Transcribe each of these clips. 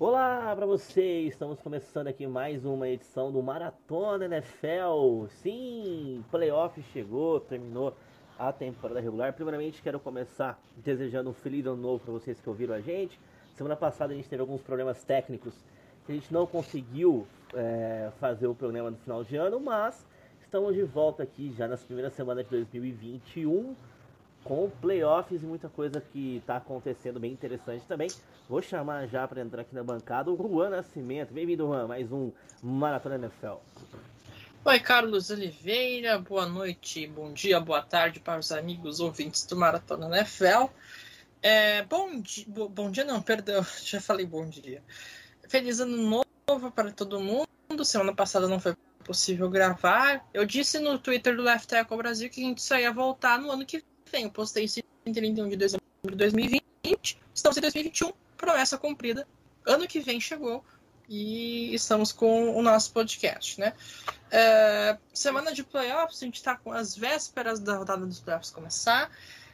Olá para vocês, estamos começando aqui mais uma edição do Maratona NFL. Sim, playoff chegou, terminou a temporada regular. Primeiramente quero começar desejando um feliz ano novo para vocês que ouviram a gente. Semana passada a gente teve alguns problemas técnicos que a gente não conseguiu fazer o programa no final de ano, mas estamos de volta aqui já nas primeiras semanas de 2021 com playoffs e muita coisa que está acontecendo bem interessante também. Vou chamar já para entrar aqui na bancada o Juan Nascimento. Bem-vindo, Juan, mais um Maratona NFL. Oi, Carlos Oliveira, boa noite, bom dia, boa tarde para os amigos ouvintes do Maratona NFL. Bom dia não, perdão, já falei bom dia. Feliz ano novo para todo mundo. Semana passada não foi possível gravar. Eu disse no Twitter do Left Tackle Brasil que a gente só ia voltar no ano que vem. Eu postei isso em 31 de dezembro de 2020. Estamos em 2021, promessa cumprida. Ano que vem chegou e estamos com o nosso podcast, né? Semana de playoffs, a gente está com as vésperas da rodada dos playoffs começar.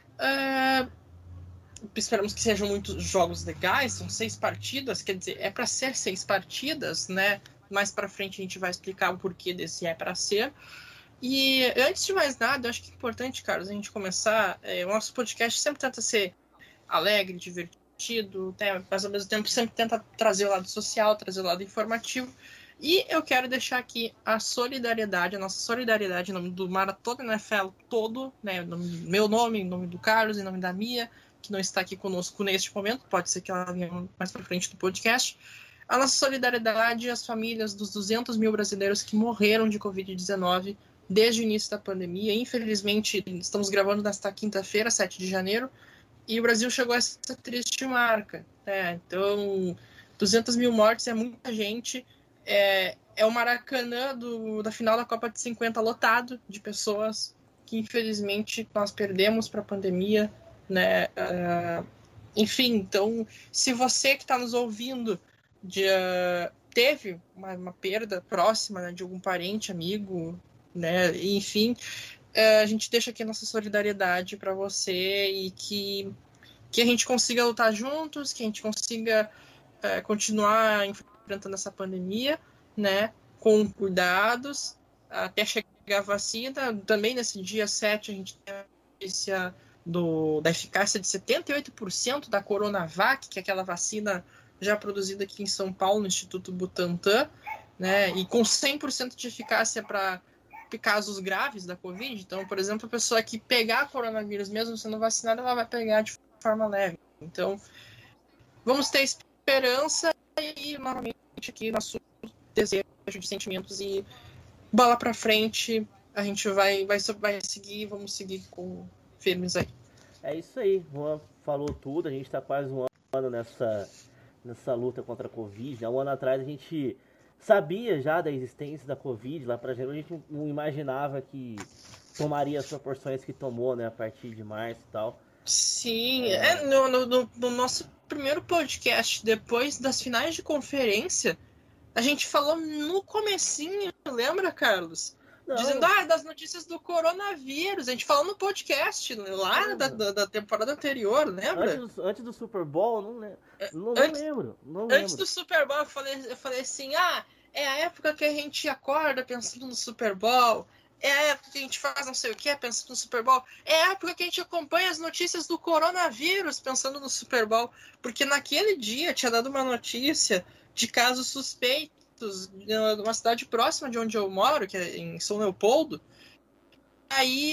Esperamos que sejam muitos jogos legais, são 6 partidas, quer dizer, é para ser 6 partidas, né? Mais para frente a gente vai explicar o porquê desse é para ser. E antes de mais nada, eu acho que é importante, Carlos, a gente começar. O nosso podcast sempre tenta ser alegre, divertido, né? Mas ao mesmo tempo sempre tenta trazer o lado social, trazer o lado informativo. E eu quero deixar aqui a nossa solidariedade em nome do Maratona NFL todo, né? Meu nome, em nome do Carlos, em nome da Mia, que não está aqui conosco neste momento, pode ser que ela venha mais para frente do podcast. A nossa solidariedade às famílias dos 200 mil brasileiros que morreram de Covid-19 desde o início da pandemia. Infelizmente, estamos gravando nesta quinta-feira, 7 de janeiro, e o Brasil chegou a essa triste marca. Né? Então, 200 mil mortes é muita gente. É o Maracanã da final da Copa de 50 lotado de pessoas que, infelizmente, nós perdemos para a pandemia. Né? Enfim, então, se você que está nos ouvindo teve uma perda próxima, né, de algum parente, amigo, né? Enfim, a gente deixa aqui a nossa solidariedade para você e que a gente consiga lutar juntos, que a gente consiga continuar enfrentando essa pandemia, né, com cuidados, até chegar a vacina. Também nesse dia 7 a gente tem a notícia da eficácia de 78% da Coronavac, que é aquela vacina já produzida aqui em São Paulo, no Instituto Butantan, né, e com 100% de eficácia para casos graves da Covid. Então, por exemplo, a pessoa que pegar coronavírus, mesmo sendo vacinada, ela vai pegar de forma leve. Então, vamos ter esperança e, novamente, aqui nosso desejo de sentimentos e bola para frente. A gente vai seguir, vamos seguir firmes aí. É isso aí, Juan falou tudo, a gente está quase um ano nessa luta contra a Covid. Há um ano atrás a gente sabia já da existência da Covid, lá para janeiro a gente não imaginava que tomaria as proporções que tomou, né, a partir de março e tal. Sim, no nosso primeiro podcast, depois das finais de conferência, a gente falou no comecinho, lembra, Carlos? Não, Dizendo, das notícias do coronavírus. A gente falou no podcast lá da temporada anterior, lembra? Antes do Super Bowl, não lembro. Antes do Super Bowl, eu falei assim, é a época que a gente acorda pensando no Super Bowl, é a época que a gente faz não sei o que pensando no Super Bowl, é a época que a gente acompanha as notícias do coronavírus pensando no Super Bowl, porque naquele dia tinha dado uma notícia de casos suspeitos numa cidade próxima de onde eu moro, que é em São Leopoldo. Aí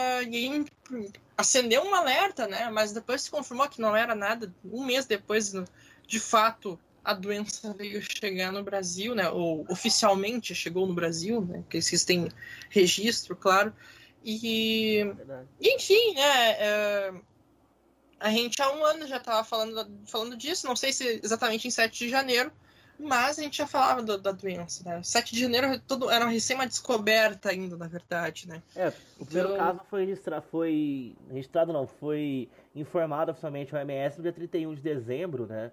acendeu um alerta, né? Mas depois se confirmou que não era nada. Um mês depois, de fato, a doença veio chegar no Brasil, né? Ou oficialmente chegou no Brasil, né? Porque existem registro, claro. Enfim, né? A gente há um ano já estava falando disso, não sei se exatamente em 7 de janeiro, mas a gente já falava da doença, né? 7 de janeiro era recém uma descoberta ainda, na verdade, né? O primeiro caso foi informado oficialmente ao OMS no dia 31 de dezembro, né?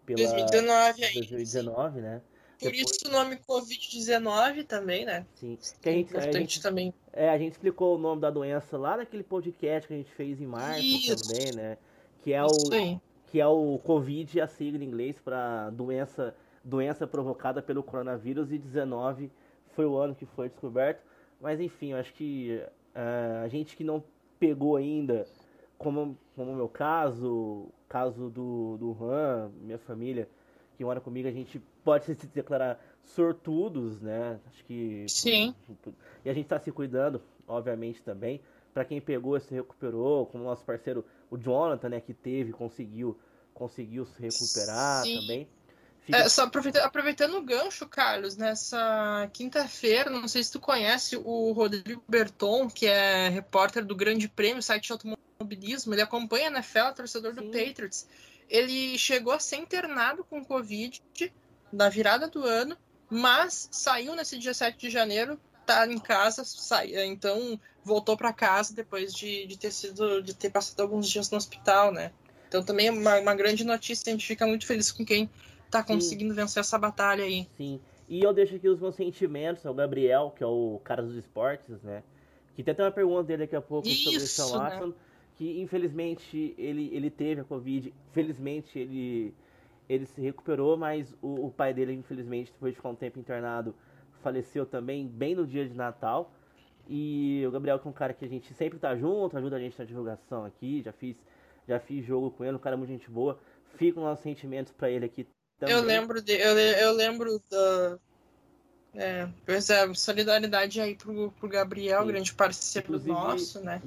2019, né? Por isso o nome Covid-19 também, né? Sim. Que é importante também. A gente explicou o nome da doença lá naquele podcast que a gente fez em março também, né? Que que é o Covid, a sigla em inglês para doença provocada pelo coronavírus, e 19 foi o ano que foi descoberto. Mas enfim, eu acho que a gente que não pegou ainda, como o meu caso do Juan, minha família que mora comigo, a gente pode se declarar sortudos, né? Acho que. Sim. E a gente está se cuidando, obviamente, também. Para quem pegou, se recuperou, como o nosso parceiro, o Jonathan, né, que conseguiu se recuperar Sim. também. Fica... Só aproveitando o gancho, Carlos, nessa quinta-feira, não sei se tu conhece o Rodrigo Berton, que é repórter do Grande Prêmio, site de automobilismo, ele acompanha a NFL, torcedor do Patriots. Ele chegou a ser internado com Covid na virada do ano, mas saiu nesse dia 7 de janeiro, tá em casa, então voltou para casa depois de ter passado alguns dias no hospital, né? Então também é uma grande notícia, a gente fica muito feliz com quem tá conseguindo vencer essa batalha aí. Sim, e eu deixo aqui os meus sentimentos ao Gabriel, que é o cara dos esportes, né? Que tem até uma pergunta dele daqui a pouco sobre o Sean Watson, né? Que infelizmente ele teve a Covid, felizmente ele se recuperou, mas o pai dele, infelizmente, depois de ficar um tempo internado, faleceu também, bem no dia de Natal. E o Gabriel, que é um cara que a gente sempre tá junto, ajuda a gente na divulgação aqui, já fiz jogo com ele, um cara muito gente boa. Fica os nossos sentimentos pra ele aqui também. Eu lembro da. Pois é, solidariedade aí pro Gabriel, sim, grande parceiro. Inclusive, nosso, né?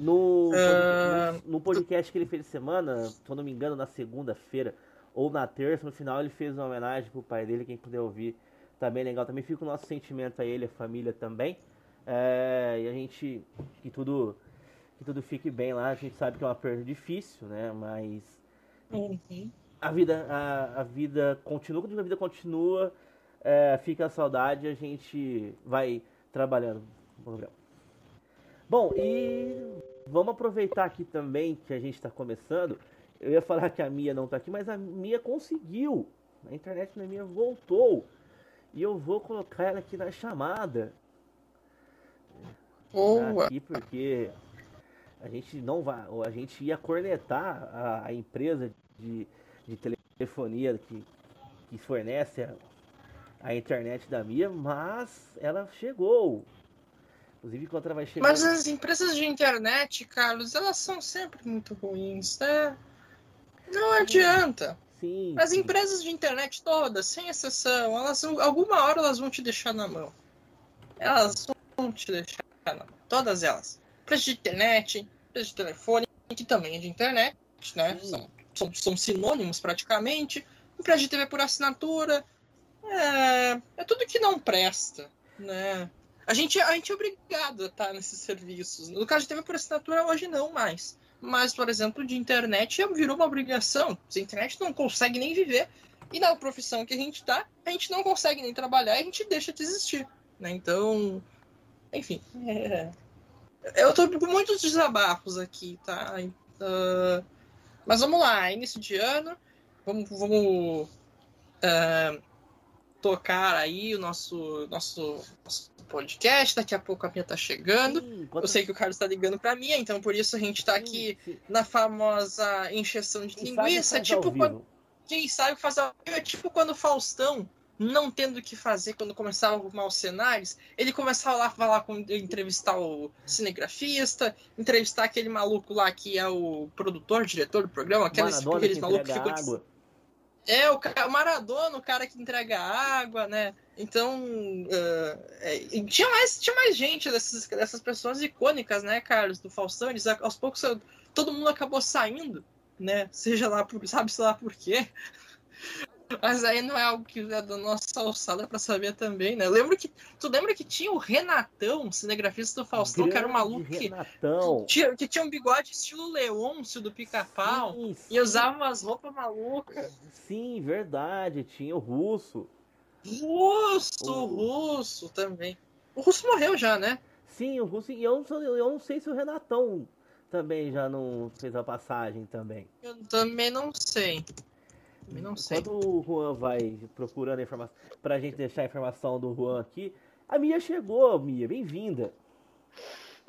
No podcast que ele fez semana, se eu não me engano, na segunda-feira ou na terça, no final ele fez uma homenagem pro pai dele, quem puder ouvir, tá bem legal. Também fica o nosso sentimento a ele, a família também. E a gente, que tudo fique bem lá, a gente sabe que é uma perda difícil, né? Mas a vida continua, quando a vida continua, fica a saudade, a gente vai trabalhando. Bom, e vamos aproveitar aqui também que a gente está começando. Eu ia falar que a Mia não está aqui, mas a Mia conseguiu. A internet da Mia voltou. E eu vou colocar ela aqui na chamada. Aqui porque a gente não vai, a gente ia cornetar a empresa de telefonia que fornece a internet da Mia, mas ela chegou. Inclusive, enquanto ela vai chegar... Mas as empresas de internet, Carlos, elas são sempre muito ruins, né? Não adianta. Sim. As empresas de internet todas, sem exceção, alguma hora elas vão te deixar na mão. Elas vão te deixar na mão. Todas elas. Empresa de internet, empresa de telefone, que também é de internet, né? São sinônimos praticamente. Empresa de TV por assinatura. É tudo que não presta, né? A gente é obrigado a estar nesses serviços. No caso de TV por assinatura, hoje não mais. Mas, por exemplo, de internet virou uma obrigação. A internet não consegue nem viver. E na profissão que a gente tá, a gente não consegue nem trabalhar e a gente deixa de existir. Né? Então, enfim. Eu tô com muitos desabafos aqui, tá? Mas vamos lá, início de ano. Vamos tocar aí o nosso podcast. Daqui a pouco a Mia tá chegando. Sim, eu sei que o Carlos tá ligando pra Mia, então por isso a gente tá aqui na famosa encheção de linguiça. Tipo, quem sabe faz ao vivo. É tipo quando o Faustão, não tendo o que fazer, quando começava a arrumar os cenários, ele começava lá entrevistar o cinegrafista, entrevistar aquele maluco lá que é o produtor, diretor do programa, aqueles malucos que ficam... água. O Maradona, o cara que entrega água, né? Então, tinha mais gente dessas pessoas icônicas, né, Carlos, do Faustão. Eles, aos poucos, todo mundo acabou saindo, né? Seja lá, sabe-se lá por quê. Mas aí não é algo que é da nossa alçada pra saber também, né? Tu lembra que tinha o Renatão, cinegrafista do Faustão, que era um maluco que tinha um bigode estilo Leôncio do Pica-Pau e usava umas roupas malucas. Sim, verdade. Tinha o Russo. O Russo também. O Russo morreu já, né? Sim, o Russo. E eu não sei se o Renatão também já não fez a passagem também. Eu também não sei. Enquanto o Juan vai procurando a informação, pra gente deixar a informação do Juan aqui, a Mia chegou, Mia, bem-vinda.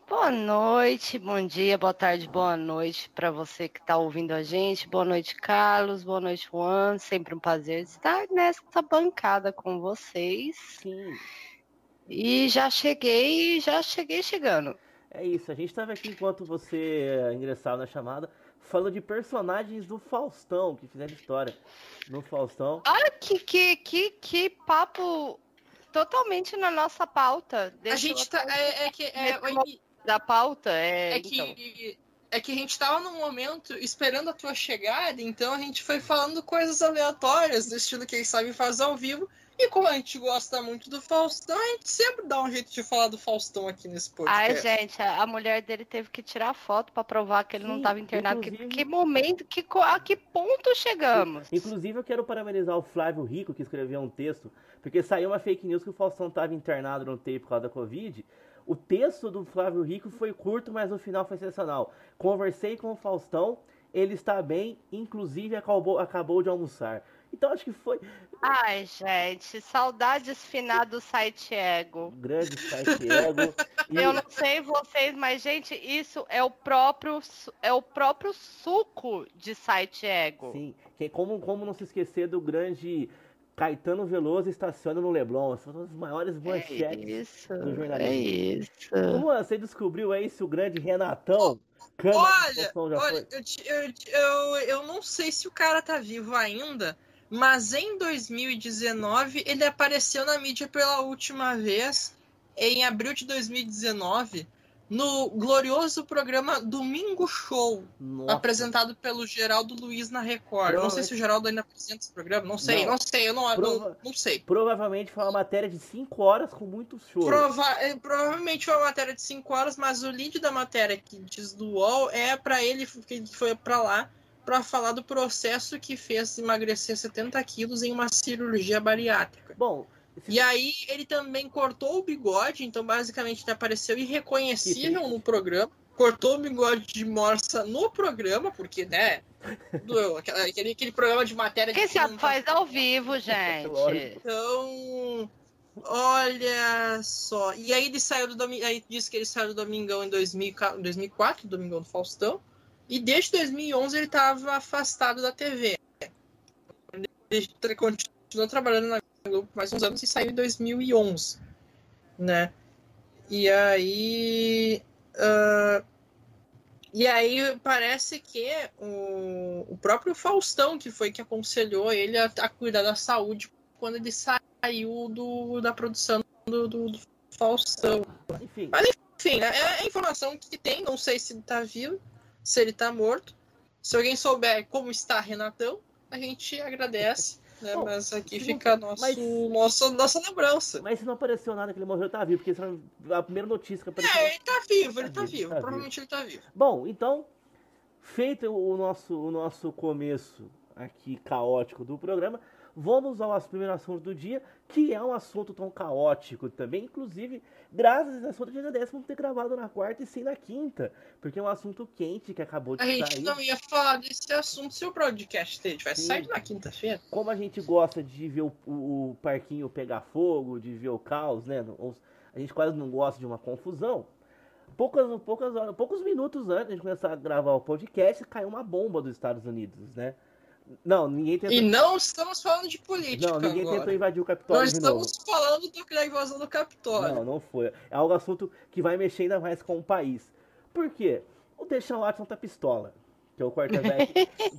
Boa noite, bom dia, boa tarde, boa noite para você que está ouvindo a gente. Boa noite, Carlos. Boa noite, Juan. Sempre um prazer estar nessa bancada com vocês. Sim. E já cheguei chegando. É isso, a gente estava aqui enquanto você ingressava na chamada, falando de personagens do Faustão, que fizeram história no Faustão. Olha que papo totalmente na nossa pauta. A gente tá. Da pauta É que a gente tava num momento esperando a tua chegada, então a gente foi falando coisas aleatórias, do estilo que eles sabem fazer ao vivo. E como a gente gosta muito do Faustão, a gente sempre dá um jeito de falar do Faustão aqui nesse podcast. Ai, gente, a mulher dele teve que tirar foto para provar que ele não estava internado. Que momento, a que ponto chegamos? Inclusive, eu quero parabenizar o Flávio Rico, que escreveu um texto, porque saiu uma fake news que o Faustão estava internado no UTI por causa da Covid. O texto do Flávio Rico foi curto, mas no final foi sensacional. Conversei com o Faustão, ele está bem, inclusive acabou de almoçar. Então acho que foi. Ai, gente, saudades finado do site Ego. Grande site Ego. Eu não sei vocês, mas, gente, isso é o próprio suco de site Ego. Sim, como não se esquecer do grande Caetano Veloso estaciona no Leblon. São as maiores manchetes do jornalismo. É isso. Juan, você descobriu aí se o grande Renatão... Olha, eu não sei se o cara tá vivo ainda, mas em 2019 ele apareceu na mídia pela última vez, em abril de 2019, no glorioso programa Domingo Show, apresentado pelo Geraldo Luiz na Record. Eu não sei se o Geraldo ainda apresenta esse programa, não sei, não sei. Provavelmente foi uma matéria de 5 horas com muitos shows. Provavelmente foi uma matéria de 5 horas, mas o lead da matéria que diz do UOL é para ele, que foi para lá, para falar do processo que fez emagrecer 70 quilos em uma cirurgia bariátrica. Bom... E aí ele também cortou o bigode, então basicamente ele apareceu irreconhecível no programa. Cortou o bigode de morsa no programa, porque, né, aquele programa de matéria... Que se faz ao vivo, gente. Então, olha só. E aí ele saiu aí disse que ele saiu do Domingão em 2004, Domingão do Faustão. E desde 2011 ele estava afastado da TV. Ele continuou trabalhando na Globo por mais uns anos e saiu em 2011, né? E aí parece que o próprio Faustão que foi que aconselhou ele a cuidar da saúde quando ele saiu da produção do Faustão. Enfim. Mas enfim, é a informação que tem, não sei se ele tá vivo, se ele tá morto. Se alguém souber como está Renatão, a gente agradece. Né, bom, mas aqui fica nossa lembrança. Mas se não apareceu nada que ele morreu, tá vivo, porque a primeira notícia que apareceu... ele tá vivo. Provavelmente ele tá vivo. Bom, então, feito o nosso começo aqui caótico do programa, vamos ao primeiro assunto do dia, que é um assunto tão caótico também, inclusive, graças a esse assunto, a gente agradece por ter gravado na quarta e sim na quinta, porque é um assunto quente que acabou de sair. A gente não ia falar desse assunto se o podcast dele tivesse saído na quinta-feira. Como a gente gosta de ver o parquinho pegar fogo, de ver o caos, né? A gente quase não gosta de uma confusão. Poucos minutos antes de começar a gravar o podcast, caiu uma bomba dos Estados Unidos, né? Não, ninguém tentou... E não estamos falando de política. Não, ninguém agora. tentou invadir o Capitólio. Nós estamos falando da invasão do Capitólio. Não foi. É algo assunto que vai mexer ainda mais com o país. Por quê? O Deshaun Watson tá pistola, que é o quarterback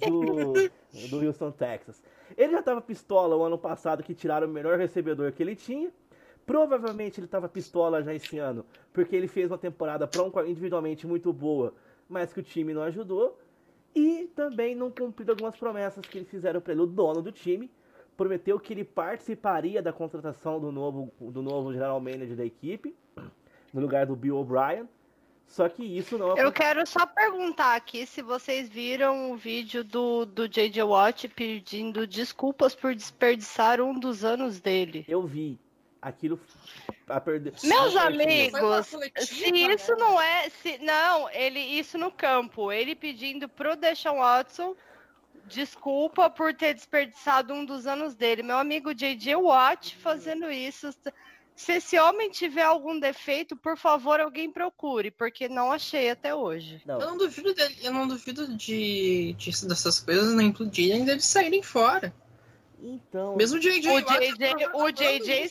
do Houston, Texas. Ele já tava pistola o ano passado, que tiraram o melhor recebedor que ele tinha. Provavelmente ele tava pistola já esse ano, porque ele fez uma temporada individualmente muito boa, mas que o time não ajudou. E também não cumpriu algumas promessas que eles fizeram para ele. O dono do time prometeu que ele participaria da contratação do novo general manager da equipe, no lugar do Bill O'Brien. Só que isso não... Eu quero só perguntar aqui se vocês viram o vídeo do J.J. Watt pedindo desculpas por desperdiçar um dos anos dele. Eu vi. Aquilo Meus amigos, se isso não é... isso no campo. Ele pedindo pro Deshaun Watson desculpa por ter desperdiçado um dos anos dele. Meu amigo J.J. Watt fazendo isso. Se esse homem tiver algum defeito, por favor, alguém procure, porque não achei até hoje. Não. Eu não duvido dele, eu não duvido dessas coisas nem impedirem deles saírem fora. Então, Mesmo o JJ o JJ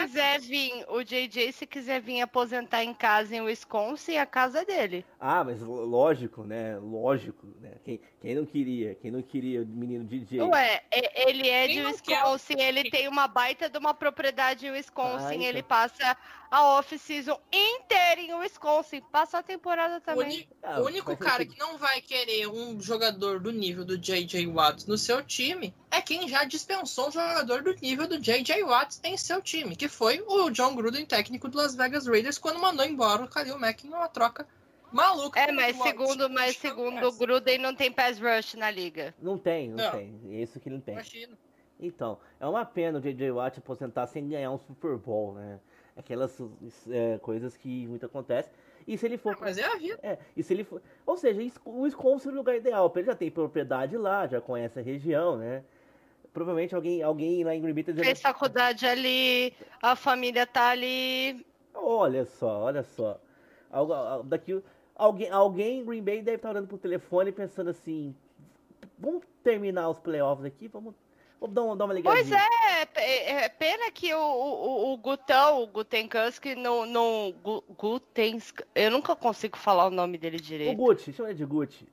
se quiser vir aposentar em casa em Wisconsin, a casa é dele. mas lógico, né? Lógico, né? Quem não queria o menino DJ? Ué, ele é Quem de não Wisconsin, ele tem uma baita de uma propriedade em Wisconsin, então. ele passa a off-season inteira em Wisconsin, passa a temporada também. O único cara que não vai querer um jogador do nível do J.J. Watt no seu time é quem já dispensou um jogador do nível do J.J. Watt em seu time, que foi o John Gruden, técnico do Las Vegas Raiders, quando mandou embora o Khalil Mack numa troca maluca. Mas segundo o Gruden não tem pass rush na liga. Não tem. É isso que ele não tem. Imagina. Então, é uma pena o J.J. Watt aposentar sem ganhar um Super Bowl, né? Aquelas coisas que muito acontecem. E se ele for... Mas é a vida. E se ele for... Ou seja, o Wisconsin é o lugar ideal. Ele já tem propriedade lá, já conhece a região, né? Provavelmente alguém lá em Green Bay tá dizendo... Fez faculdade ali, a família tá ali. Olha só. Alguém em Green Bay deve estar olhando pro telefone pensando assim... Vamos terminar os playoffs aqui, vamos dar uma ligadinha. Pois é pena que o Gutenkowski eu nunca consigo falar o nome dele direito. O Gucci, chama ele de Gucci.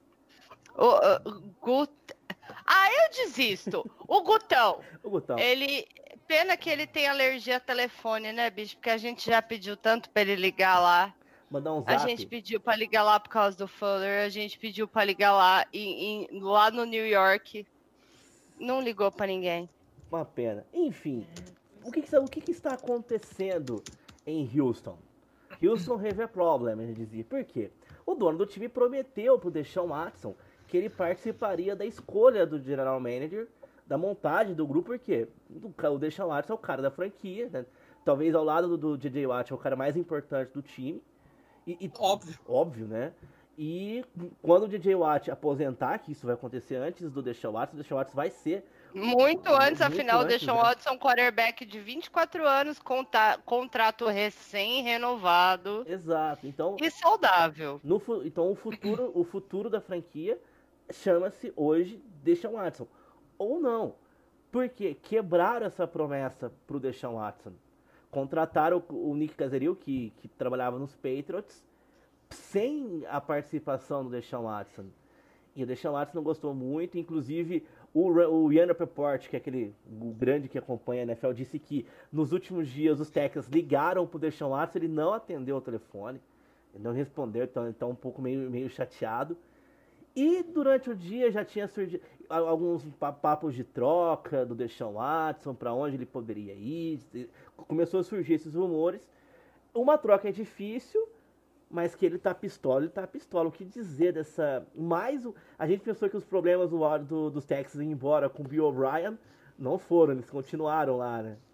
Eu desisto. O Gutão. Pena que ele tem alergia a telefone, né, bicho? Porque a gente já pediu tanto pra ele ligar lá. Mandar um zap. A gente pediu pra ligar lá por causa do Fuller. A gente pediu pra ligar lá lá no New York. Não ligou pra ninguém. Uma pena. Enfim, o que está acontecendo em Houston? Houston have a problem, ele dizia. Por quê? O dono do time prometeu pro Deshaun Watson que ele participaria da escolha do general manager, da montagem do grupo, porque o Deshaun Watson é o cara da franquia, né? Talvez ao lado do J.J. Watt é o cara mais importante do time. Óbvio, né? E quando o J.J. Watt aposentar, que isso vai acontecer antes do Deshaun Watson, o Deshaun Watson vai ser... Muito antes, afinal, o Deshaun Watson é um quarterback de 24 anos, contrato recém-renovado. Exato. Então, e saudável. Então o futuro da franquia chama-se hoje Deshaun Watson. Ou não. Porque quebraram essa promessa pro Deshaun Watson. Contrataram o Nick Caserio, que trabalhava nos Patriots, sem a participação do Deshaun Watson. E o Deshaun Watson não gostou muito, inclusive o Ian Rappaport, que é o grande que acompanha a NFL, disse que nos últimos dias os Texans ligaram pro Deshaun Watson, ele não atendeu o telefone, ele não respondeu, então um pouco meio chateado. E durante o dia já tinha surgido alguns papos de troca do Deshaun Watson, para onde ele poderia ir, começou a surgir esses rumores. Uma troca é difícil, mas que ele tá pistola. O que dizer dessa... A gente pensou que os problemas dos Texans ir embora com o Bill O'Brien não foram, eles continuaram lá, né?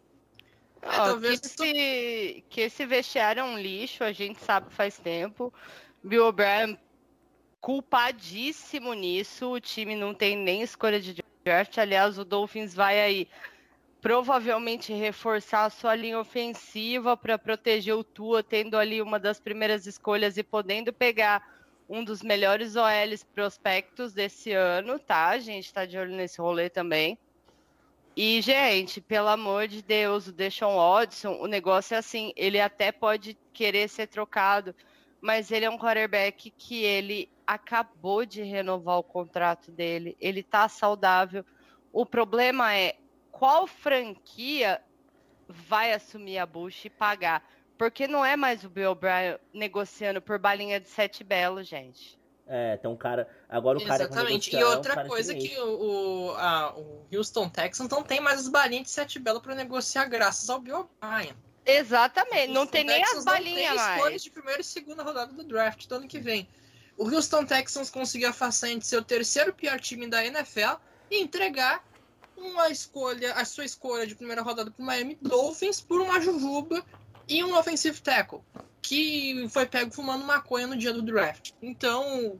Que esse vestiário é um lixo, a gente sabe faz tempo. Bill O'Brien culpadíssimo nisso, o time não tem nem escolha de draft. Aliás, o Dolphins vai aí provavelmente reforçar a sua linha ofensiva para proteger o Tua, tendo ali uma das primeiras escolhas e podendo pegar um dos melhores OLs prospectos desse ano, tá? A gente tá de olho nesse rolê também. E, gente, pelo amor de Deus, o Deshaun Watson, o negócio é assim, ele até pode querer ser trocado, mas ele é um quarterback que ele acabou de renovar o contrato dele, ele tá saudável. O problema é qual franquia vai assumir a bucha e pagar, porque não é mais o Bill O'Brien negociando por balinha de 7 belo, gente. Tem um cara... Agora o cara... Exatamente, e outra coisa que o Houston Texans não tem mais as balinhas de 7 belo para negociar graças ao Bill O'Brien. Exatamente, não tem nem as balinhas mais. Não tem escolhas de primeira e segunda rodada do draft do ano que vem. O Houston Texans conseguiu a façanha de ser o terceiro pior time da NFL e entregar a sua escolha de primeira rodada para o Miami Dolphins por uma jujuba e um offensive tackle que foi pego fumando maconha no dia do draft. Então,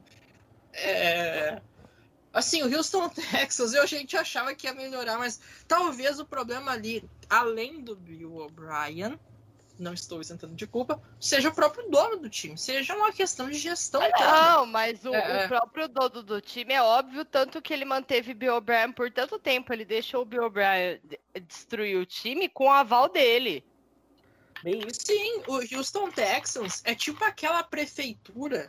assim, o Houston Texans, a gente achava que ia melhorar, mas talvez o problema ali, além do Bill O'Brien, não estou isentando de culpa, seja o próprio dono do time, seja uma questão de gestão. Não, mas o próprio dono do time é óbvio, tanto que ele manteve Bill O'Brien por tanto tempo, ele deixou o Bill O'Brien destruir o time com o aval dele. Sim, o Houston Texans é tipo aquela prefeitura.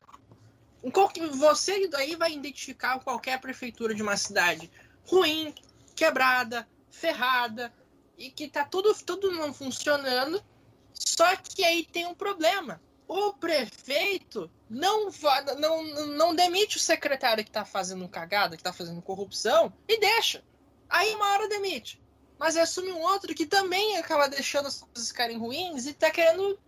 Você daí vai identificar qualquer prefeitura de uma cidade ruim, quebrada, ferrada, e que tá tudo não funcionando. Só que aí tem um problema. O prefeito não demite o secretário que tá fazendo cagada, que tá fazendo corrupção, e deixa. Aí uma hora demite. Mas assume um outro que também acaba deixando as coisas ficarem ruins e tá querendo...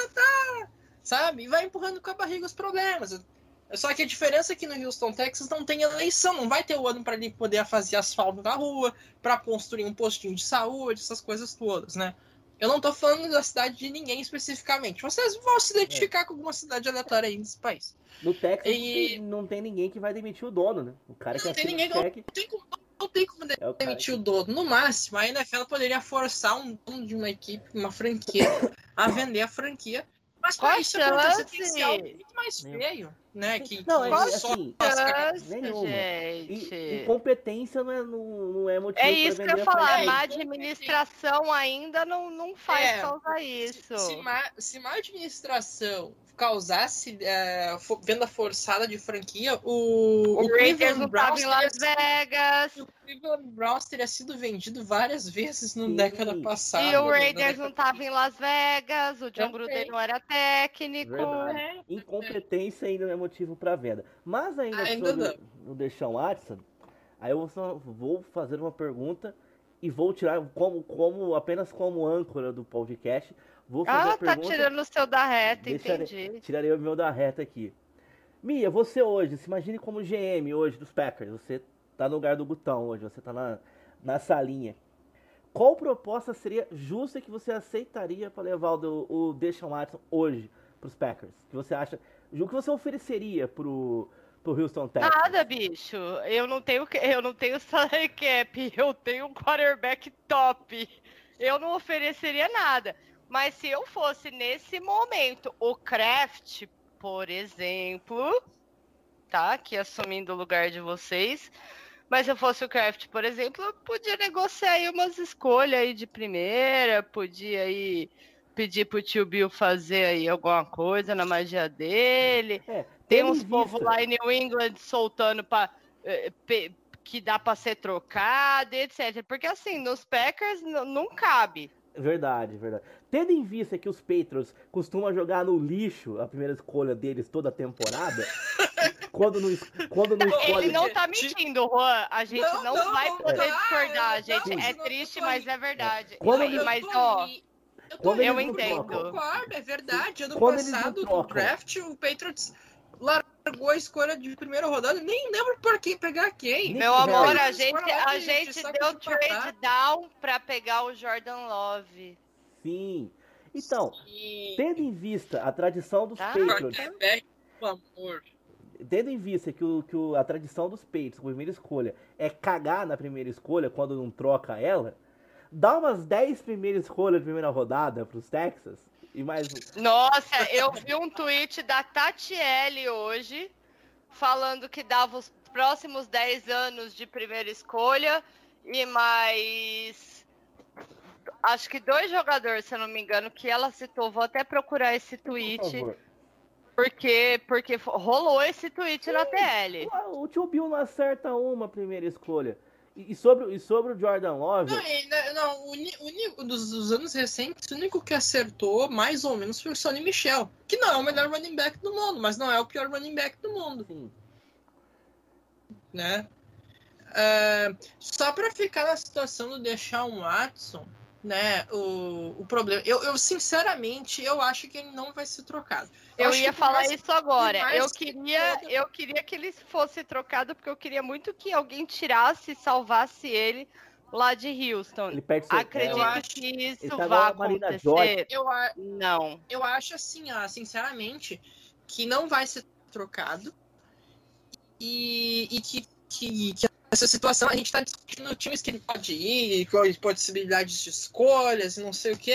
sabe? E vai empurrando com a barriga os problemas. Só que a diferença é que no Houston, Texas, não tem eleição. Não vai ter o ano para ele poder fazer asfalto na rua, para construir um postinho de saúde, essas coisas todas, né? Eu não tô falando da cidade de ninguém especificamente. Vocês vão se identificar com alguma cidade aleatória aí nesse país. No Texas não tem ninguém que vai demitir o dono, né? O cara que assina o cheque... Não tem como demitir o dono. No máximo, a NFL poderia forçar um dono de uma equipe, uma franquia, a vender a franquia. Mas para isso acontecer tem que ser algo muito mais feio, né? Nenhuma. E competência não é motivo. É isso que eu ia falar. Má administração ainda não faz causar isso. Se má administração causasse venda forçada de franquia, o Raiders não estava em Las Vegas. O Cleveland Browns teria sido vendido várias vezes na década passada. E o Raiders não estava em Las Vegas, o John Gruden não era técnico. Incompetência ainda não é motivo para venda. Mas ainda sobre o Deshaun Watson, aí eu vou fazer uma pergunta e vou tirar apenas como âncora do podcast. Vou fazer a pergunta, tirando o seu da reta, entendi. Tirarei o meu da reta aqui. Mia, você hoje, se imagine como GM hoje dos Packers. Você tá no lugar do Gutão hoje, você tá na salinha. Qual proposta seria justa que você aceitaria para levar o Deshaun Watson hoje pros Packers? Que você acha, o que você ofereceria pro Houston Texans? Nada, bicho. Eu não tenho salary cap, eu tenho um quarterback top. Eu não ofereceria nada. Mas se eu fosse, nesse momento, o Kraft, por exemplo, tá? Aqui assumindo o lugar de vocês. Mas se eu fosse o Kraft, por exemplo, eu podia negociar aí umas escolhas aí de primeira, podia aí pedir pro tio Bill fazer aí alguma coisa na magia dele. Tem uns povos lá em New England soltando que dá pra ser trocado, etc. Porque assim, nos Packers não cabe. Verdade. Tendo em vista que os Patriots costumam jogar no lixo a primeira escolha deles toda a temporada, quando não escolhe... Ele não tá mentindo, Juan. A gente não vai poder discordar, gente. É triste, mas é verdade. Eu entendo. Concordo, é verdade. Ano passado, no draft, o Patriots largou a escolha de primeira rodada. Nem lembro por quem pegar quem. Meu amor, a gente deu trade down pra pegar o Jordan Love. Sim. Então, tendo em vista a tradição dos Patriots... Tendo em vista que a tradição dos Patriots, a primeira escolha, é cagar na primeira escolha quando não troca ela, dá umas 10 primeiras escolhas de primeira rodada pros Texas e mais... Nossa, eu vi um tweet da Tatiele hoje falando que dava os próximos 10 anos de primeira escolha e mais... acho que 2 jogadores, se eu não me engano, que ela citou. Vou até procurar esse tweet. Porque rolou esse tweet na TL. O tio Bill não acerta uma primeira escolha. E sobre o Jordan Love... Dos anos recentes, o único que acertou mais ou menos foi o Sonny Michel. Que não é o melhor running back do mundo, mas não é o pior running back do mundo. Sim. Né? Só pra ficar na situação do Deshaun Watson, né, o problema... Eu sinceramente, eu acho que ele não vai ser trocado. Eu ia falar isso agora. Eu queria que ele fosse trocado, porque eu queria muito que alguém tirasse e salvasse ele lá de Houston. Acredito que isso vai acontecer. Não. Eu acho assim, sinceramente, que não vai ser trocado e que essa situação, a gente tá discutindo times que ele pode ir, com possibilidades de escolhas e não sei o quê.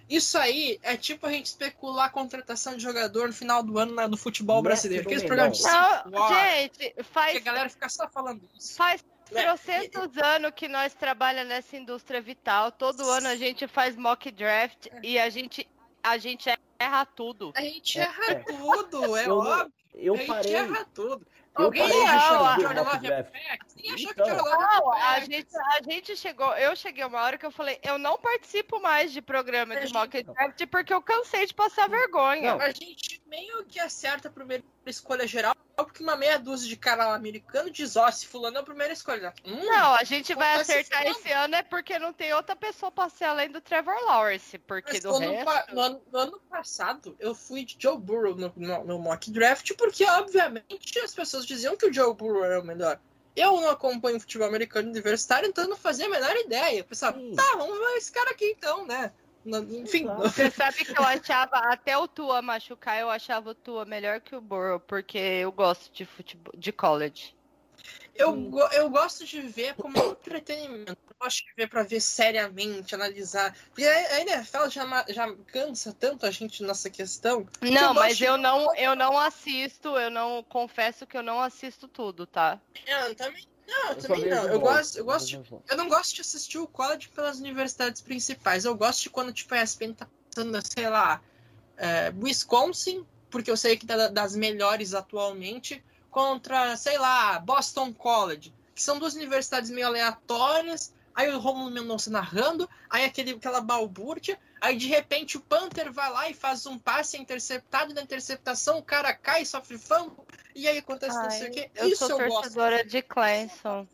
Isso aí é tipo a gente especular a contratação de jogador no final do ano do futebol brasileiro. Aqueles programas de 5 horas. Gente, Que a galera fica só falando isso. Faz trocentos anos que nós trabalhamos nessa indústria vital. Todo ano a gente faz mock draft e a gente erra tudo. A gente erra tudo, é óbvio. Eu a gente parei. erra tudo. Alguém achou que o Jordan Love é back? Ninguém achou que o Jordan Love é back. A gente chegou, eu cheguei uma hora que eu falei, eu não participo mais de programa de mock draft porque eu cansei de passar vergonha. A gente meio que acerta a primeira escolha geral, porque uma meia dúzia de cara americano diz, se fulano é a primeira escolha. Não, a gente vai acertar esse ano é porque não tem outra pessoa pra ser além do Trevor Lawrence, porque mas do resto... No ano passado, eu fui de Joe Burrow no mock draft, porque, obviamente, as pessoas diziam que o Joe Burrow era o melhor. Eu não acompanho futebol americano universitário, então eu não fazia a menor ideia. Eu pensava, vamos ver esse cara aqui então, né? Enfim. Você sabe que eu achava, até o Tua machucar, eu achava o Tua melhor que o Burrow, porque eu gosto de futebol, de college. Eu gosto de ver como entretenimento. Eu gosto de ver pra ver seriamente, analisar. Porque a NFL já cansa tanto a gente nessa questão. Não, mas eu não assisto, confesso que eu não assisto tudo, tá? Eu também não. Eu não gosto de assistir o college pelas universidades principais. Eu gosto de quando tipo, a ESPN tá passando, sei lá, Wisconsin, porque eu sei que tá das melhores atualmente, contra, sei lá, Boston College, que são duas universidades meio aleatórias. Aí o Romulo Mendonça narrando, aí aquela balbúrdia, aí de repente o Panther vai lá e faz um passe interceptado, na interceptação o cara cai, sofre fumble, e aí acontece não sei o quê. Eu sou torcedora de Clemson.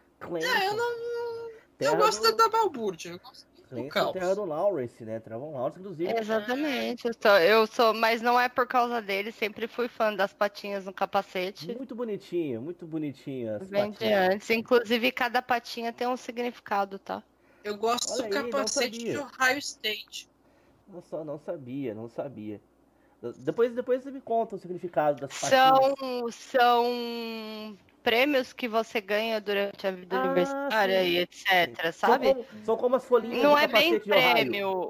Eu gosto da balbúrdia, eu gosto do caos. Terra do Lawrence, né? Trevor Lawrence, inclusive. Exatamente, eu sou, mas não é por causa dele, sempre fui fã das patinhas no capacete. Muito bonitinho as Vem de antes, inclusive cada patinha tem um significado, tá? Eu gosto do capacete de Ohio State. Não sabia. Depois você me conta o significado das patinhas. São prêmios que você ganha durante a vida universitária e etc, sabe? São como as folhinhas não do é capacete bem de Ohio. prêmio.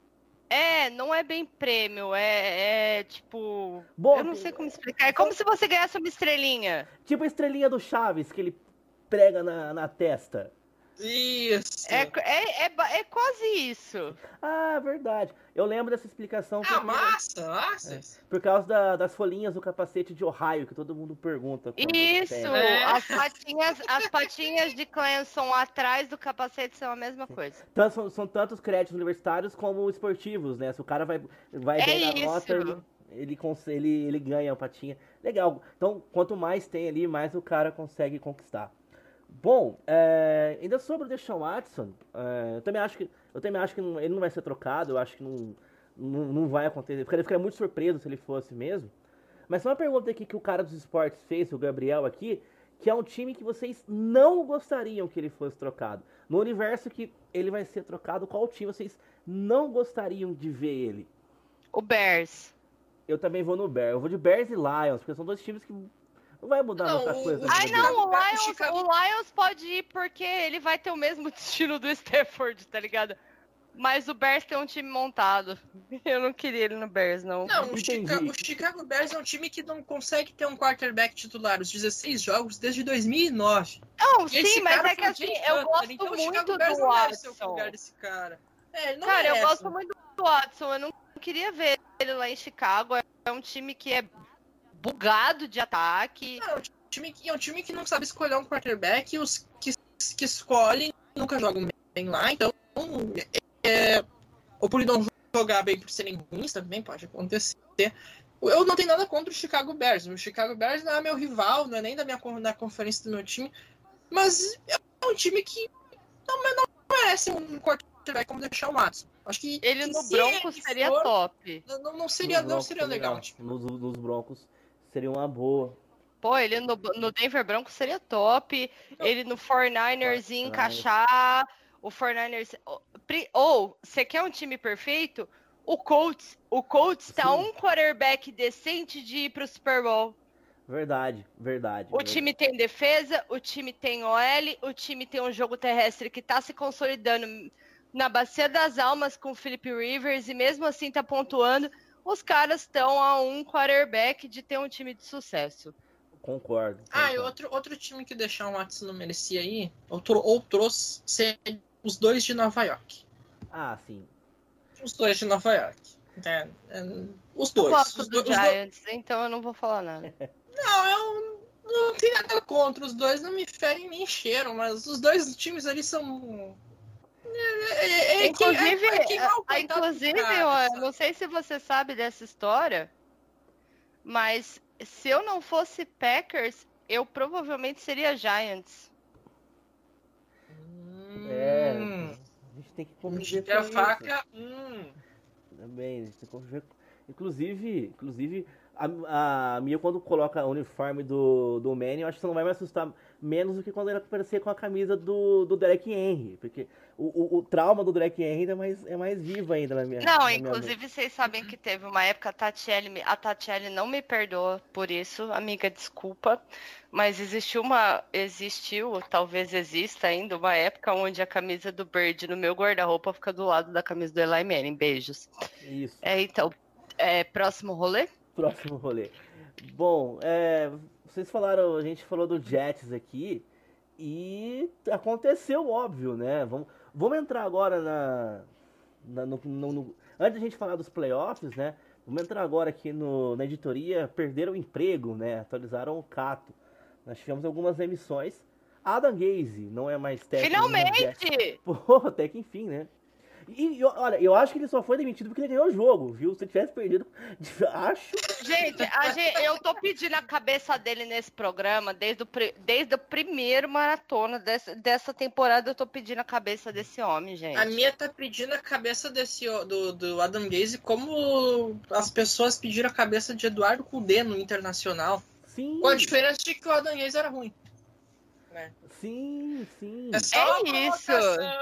Não é bem prêmio, é tipo... Bom, eu não sei como explicar, é como se você ganhasse uma estrelinha. Tipo a estrelinha do Chaves, que ele prega na testa. Isso. É quase isso. Ah, verdade. Eu lembro dessa explicação. Massa. Por causa das folhinhas do capacete de Ohio, que todo mundo pergunta. Isso. As patinhas de Clemson atrás do capacete são a mesma coisa. Então, são tantos créditos universitários como esportivos, né? Se o cara vai bem na nota, ele ganha a patinha. Legal. Então, quanto mais tem ali, mais o cara consegue conquistar. Bom, ainda sobre o Deshaun Watson, eu também acho que ele não vai ser trocado, eu acho que não vai acontecer, porque ele ficaria muito surpreso se ele fosse mesmo. Mas uma pergunta aqui que o cara dos esportes fez, o Gabriel aqui, que é um time que vocês não gostariam que ele fosse trocado. No universo que ele vai ser trocado, qual time vocês não gostariam de ver ele? O Bears. Eu também vou no Bears, eu vou de Bears e Lions, porque são dois times que... Não vai mudar muita coisa. O Lions pode ir porque ele vai ter o mesmo destino do Stafford, tá ligado? Mas o Bears tem um time montado. Eu não queria ele no Bears, não. Não, o Chicago Bears é um time que não consegue ter um quarterback titular os 16 jogos desde 2009. Não, sim, mas é que assim, eu gosto então, muito do Watson. Eu gosto muito do Watson. Eu não queria ver ele lá em Chicago. É um time que é bugado de ataque. É um time que não sabe escolher um quarterback, e os que escolhem nunca jogam bem lá, então ou por não jogar bem por serem ruins também pode acontecer. Eu não tenho nada contra o Chicago Bears. O Chicago Bears não é meu rival, não é nem da conferência do meu time, mas é um time que não merece um quarterback como Deshaun Watson. Acho que ele no Broncos seria top. Não seria legal. Nos Broncos seria uma boa. Pô, ele no Denver Broncos seria top. Ele no 49ers ia encaixar. O 49ers... Ou, você quer um time perfeito? O Colts tá um quarterback decente de ir pro Super Bowl. Verdade. O time tem defesa, o time tem OL, o time tem um jogo terrestre que tá se consolidando na Bacia das Almas com o Philip Rivers e mesmo assim tá pontuando. Os caras estão a um quarterback de ter um time de sucesso. Concordo. E outro time que o Deshaun Watson não merecia aí, ou trouxe, seria os dois de Nova York. Sim. Os dois de Nova York. Os dois. Eu gosto do Giants, então eu não vou falar nada. Não, eu não tenho nada contra. Os dois não me ferem nem cheiram, mas os dois times ali são... Inclusive, eu não sei se você sabe dessa história, mas se eu não fosse Packers, eu provavelmente seria Giants. A gente tem que conviver com isso. Faca. Também, a gente tem que conviver. Inclusive a Mia, quando coloca o uniforme do Manning, eu acho que você não vai me assustar menos do que quando ele aparecer com a camisa do Derek Henry, porque o trauma do Derek Henry é mais vivo ainda na minha... Não, inclusive vocês sabem que teve uma época, a Tatiele não me perdoa por isso, amiga, desculpa, mas existiu, talvez exista ainda, uma época onde a camisa do Bird no meu guarda-roupa fica do lado da camisa do Eli Manning. Beijos. Isso. Então, próximo rolê? Próximo rolê. Bom, vocês falaram, a gente falou do Jets aqui e aconteceu, óbvio, né? Vamos entrar agora antes da gente falar dos playoffs, né? Vamos entrar agora aqui na editoria, perderam o emprego, né? Atualizaram o Cato. Nós tivemos algumas emissões. Adam Gaze não é mais técnico. Finalmente! Porra, até que enfim, né? E olha, eu acho que ele só foi demitido porque ele ganhou o jogo, viu? Se ele tivesse perdido, acho... Gente, eu tô pedindo a cabeça dele nesse programa desde o primeiro maratona dessa temporada. Eu tô pedindo a cabeça desse homem, gente. A minha tá pedindo a cabeça do Adam Gaze como as pessoas pediram a cabeça de Eduardo Cudê no Internacional. Sim. Com a diferença de que o Adam Gaze era ruim. Né? Sim. É só isso.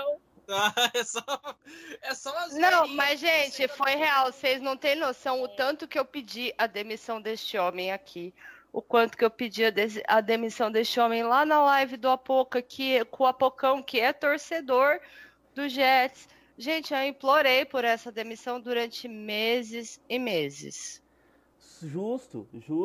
É só umas Não, mas gente, foi real. Vocês não têm noção o tanto que eu pedi a demissão deste homem aqui. O quanto que eu pedi a demissão deste homem lá na live do Apoca, com o Apocão, que é torcedor do Jets. Gente, eu implorei por essa demissão durante meses e meses. Justo.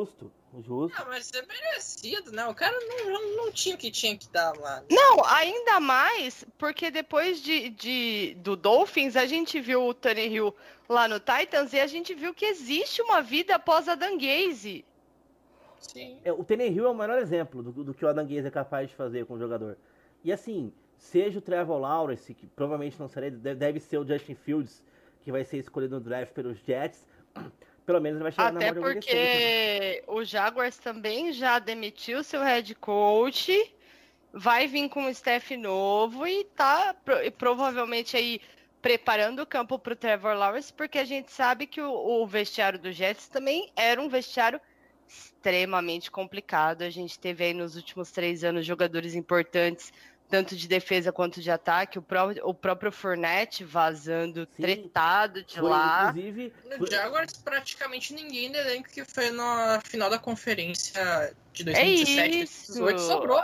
Mas é merecido, né? O cara não tinha o que tinha que dar lá. Não, ainda mais porque depois do Dolphins, a gente viu o Tannehill lá no Titans e a gente viu que existe uma vida após a Adam Gaze. Sim. O Tannehill é o melhor exemplo do que o Adam Gaze é capaz de fazer com o jogador. E assim, seja o Trevor Lawrence, que provavelmente não será, deve ser o Justin Fields, que vai ser escolhido no draft pelos Jets... Pelo menos ele vai chegar até na porque o Jaguars também já demitiu seu head coach, vai vir com um staff novo e tá provavelmente aí preparando o campo para o Trevor Lawrence, porque a gente sabe que o vestiário do Jets também era um vestiário extremamente complicado. A gente teve aí nos últimos 3 anos jogadores importantes, tanto de defesa quanto de ataque, o próprio Fournette vazando, tretado de lá. Inclusive, no Jaguars, praticamente ninguém do elenco que foi na final da conferência de 2017, 2018 sobrou.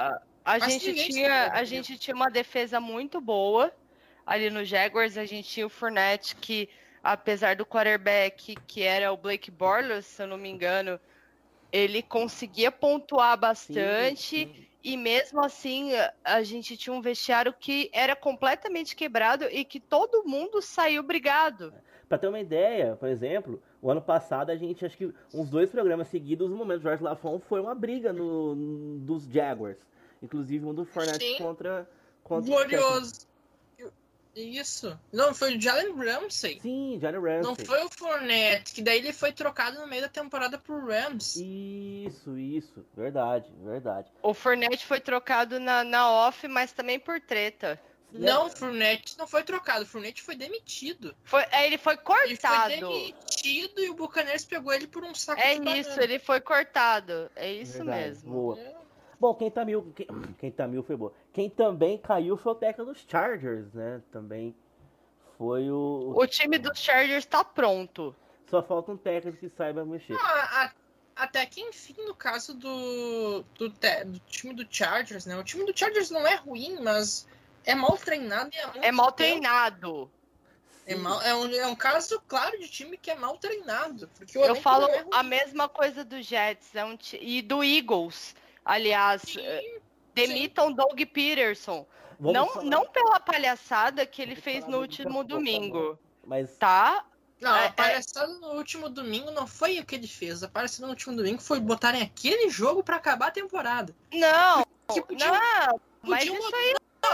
A gente tinha uma defesa muito boa ali no Jaguars. A gente tinha o Fournette, que apesar do quarterback, que era o Blake Bortles, se eu não me engano, ele conseguia pontuar bastante. Sim. E mesmo assim, a gente tinha um vestiário que era completamente quebrado e que todo mundo saiu brigado. Pra ter uma ideia, por exemplo, o ano passado a gente, acho que uns 2 programas seguidos, o momento do George Lafon foi uma briga dos Jaguars. Inclusive um do Fournette contra glorioso. Isso. Não, foi o Jalen Ramsey. Sim, Jalen Ramsey. Não foi o Fournette, que daí ele foi trocado no meio da temporada pro Rams. Isso. Verdade. O Fournette foi trocado na off, mas também por treta. Não, o Fournette não foi trocado. O Fournette foi demitido. Ele foi cortado. Ele foi demitido e o Buccaneers pegou ele por um saco de banana. É isso, ele foi cortado. É isso mesmo. Boa. Bom, quem foi boa. Quem também caiu foi o técnico dos Chargers, né? Também foi o time dos Chargers tá pronto. Só falta um técnico que saiba mexer. Até que, enfim, no caso do time do Chargers, né? O time do Chargers não é ruim, mas é mal treinado e há muito É mal tempo. treinado. É um caso claro de time que é mal treinado. Porque o Eu elenco falo não é ruim. a mesma coisa do Jets e do Eagles. Aliás, demitam Doug Peterson. Não pela palhaçada que ele fez no último domingo. Mas tá? Não, a palhaçada no último domingo não foi o que ele fez. A palhaçada no último domingo foi botarem aquele jogo pra acabar a temporada. Não, Podiam mas isso aí...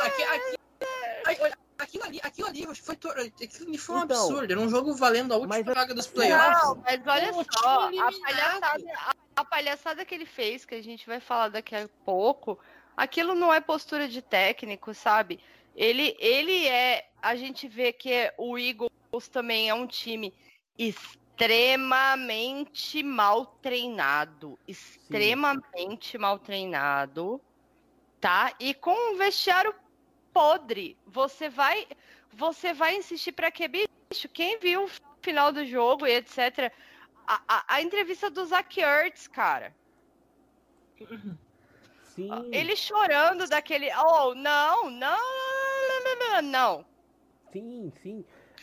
Aquilo ali foi um Então, absurdo. Era um jogo valendo a última mas vaga dos playoffs. Não, mas olha Com o só, time eliminado. a palhaçada que ele fez, que a gente vai falar daqui a pouco, aquilo não é postura de técnico, sabe? A gente vê que o Eagles também é um time extremamente mal treinado, tá? E com um vestiário podre, você vai insistir pra quê, bicho? Quem viu o final do jogo e etc. A entrevista do Zach Ertz, cara. sim. Ele chorando daquele. Oh, não. Sim.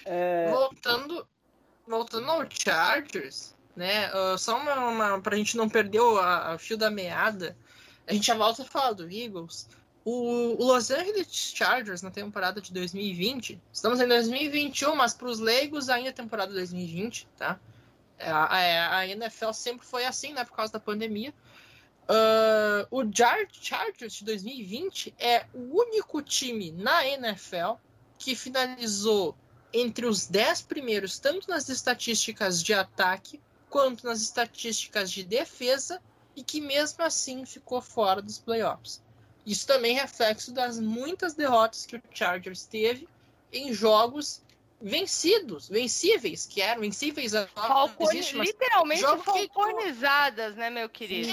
Voltando ao Chargers, né? Só pra gente não perder o fio da meada, a gente já volta a falar do Eagles. O Los Angeles Chargers na temporada de 2020, estamos em 2021, mas para os leigos ainda é temporada 2020, tá? A NFL sempre foi assim, né? Por causa da pandemia. O Chargers de 2020 é o único time na NFL que finalizou entre os 10 primeiros, tanto nas estatísticas de ataque quanto nas estatísticas de defesa, e que mesmo assim ficou fora dos playoffs. Isso também é reflexo das muitas derrotas que o Chargers teve em jogos vencíveis, que eram vencíveis. Literalmente falconizadas, né, meu querido?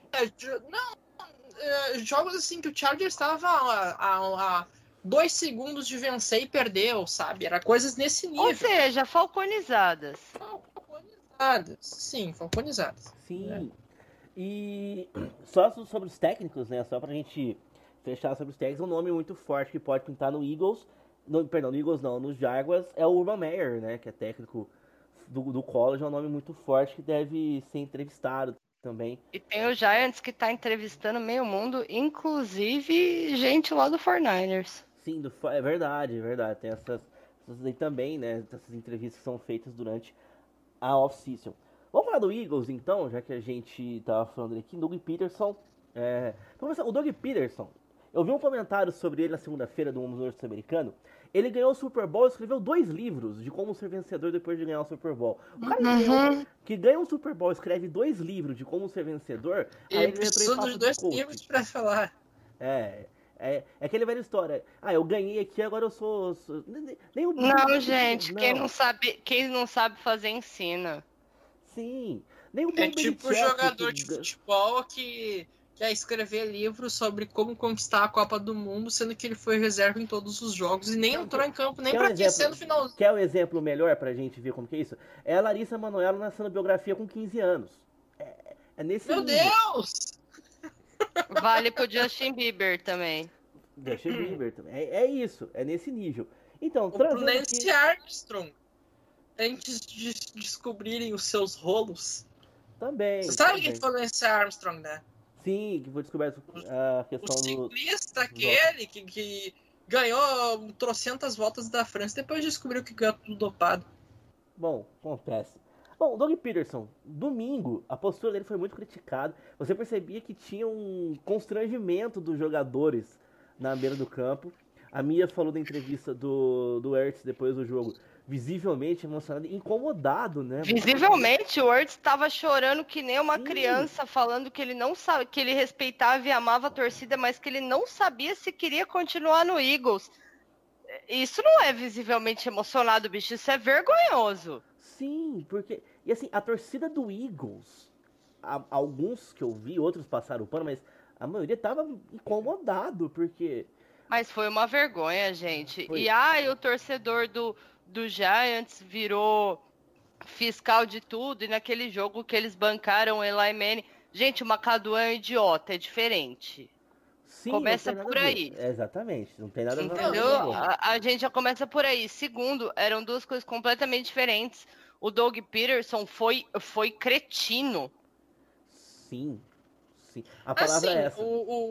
Jogos assim que o Chargers estava a 2 segundos de vencer e perdeu, sabe? Era coisas nesse nível. Ou seja, falconizadas. Falconizadas. Sim. E só sobre os técnicos, né? Só pra gente fechar sobre os técnicos, um nome muito forte que pode pintar no Eagles. No Eagles não, nos Jaguars, é o Urban Meyer, né? Que é técnico do college, é um nome muito forte que deve ser entrevistado também. E tem o Giants que tá entrevistando meio mundo, inclusive gente lá do 49ers. Sim, é verdade. Tem essas aí também, né? Essas entrevistas que são feitas durante a off-season. Vamos falar do Eagles, então, já que a gente tava falando aqui. Doug Peterson. O Doug Peterson, eu vi um comentário sobre ele na segunda-feira do norte-americano. Ele ganhou o Super Bowl e escreveu 2 livros de como ser vencedor depois de ganhar o Super Bowl. O cara que ganha um Super Bowl escreve 2 livros de como ser vencedor. Aí ele precisa de 2 livros pra falar. É aquele velha história. Eu ganhei aqui, agora eu sou nem o... Não, gente, não. Quem não sabe fazer ensina. Sim, nem o É tipo o jogador de futebol que quer escrever livros sobre como conquistar a Copa do Mundo, sendo que ele foi reserva em todos os jogos e nem entrou em campo, nem pra aquecer no final. Quer um exemplo melhor pra gente ver como que é isso? É a Larissa Manoela nascendo biografia com 15 anos. É nesse Meu nível. Deus! Vale pro Justin Bieber também. Justin Bieber também. É isso, é nesse nível. Então, pro Lance Armstrong, antes de descobrirem os seus rolos. Também. Você sabe quem foi o Lance Armstrong, né? Sim, que foi descoberto a questão do... O ciclista aquele que ganhou trocentas voltas da França, depois descobriu que ganhou tudo dopado. Bom, acontece. Bom, o Doug Peterson, domingo, a postura dele foi muito criticada. Você percebia que tinha um constrangimento dos jogadores na beira do campo. A Mia falou da entrevista do Ertz depois do jogo, visivelmente emocionado, incomodado, né? Visivelmente, o Ertz estava chorando que nem uma criança, falando que ele não sabe, que ele respeitava e amava a torcida, mas que ele não sabia se queria continuar no Eagles. Isso não é visivelmente emocionado, bicho, isso é vergonhoso. Sim, porque... E assim, a torcida do Eagles, alguns que eu vi, outros passaram o pano, mas a maioria tava incomodado, porque... Mas foi uma vergonha, gente. Foi. E o torcedor do Giants virou fiscal de tudo, e naquele jogo que eles bancaram o Eli Manning... Gente, o McAdoo é um idiota, é diferente. Sim, Começa não tem por nada a ver. aí. Exatamente, não tem nada a ver. Entendeu? A gente já começa por aí. Segundo, eram duas coisas completamente diferentes. O Doug Peterson foi cretino. Sim, sim. A palavra Assim, é essa.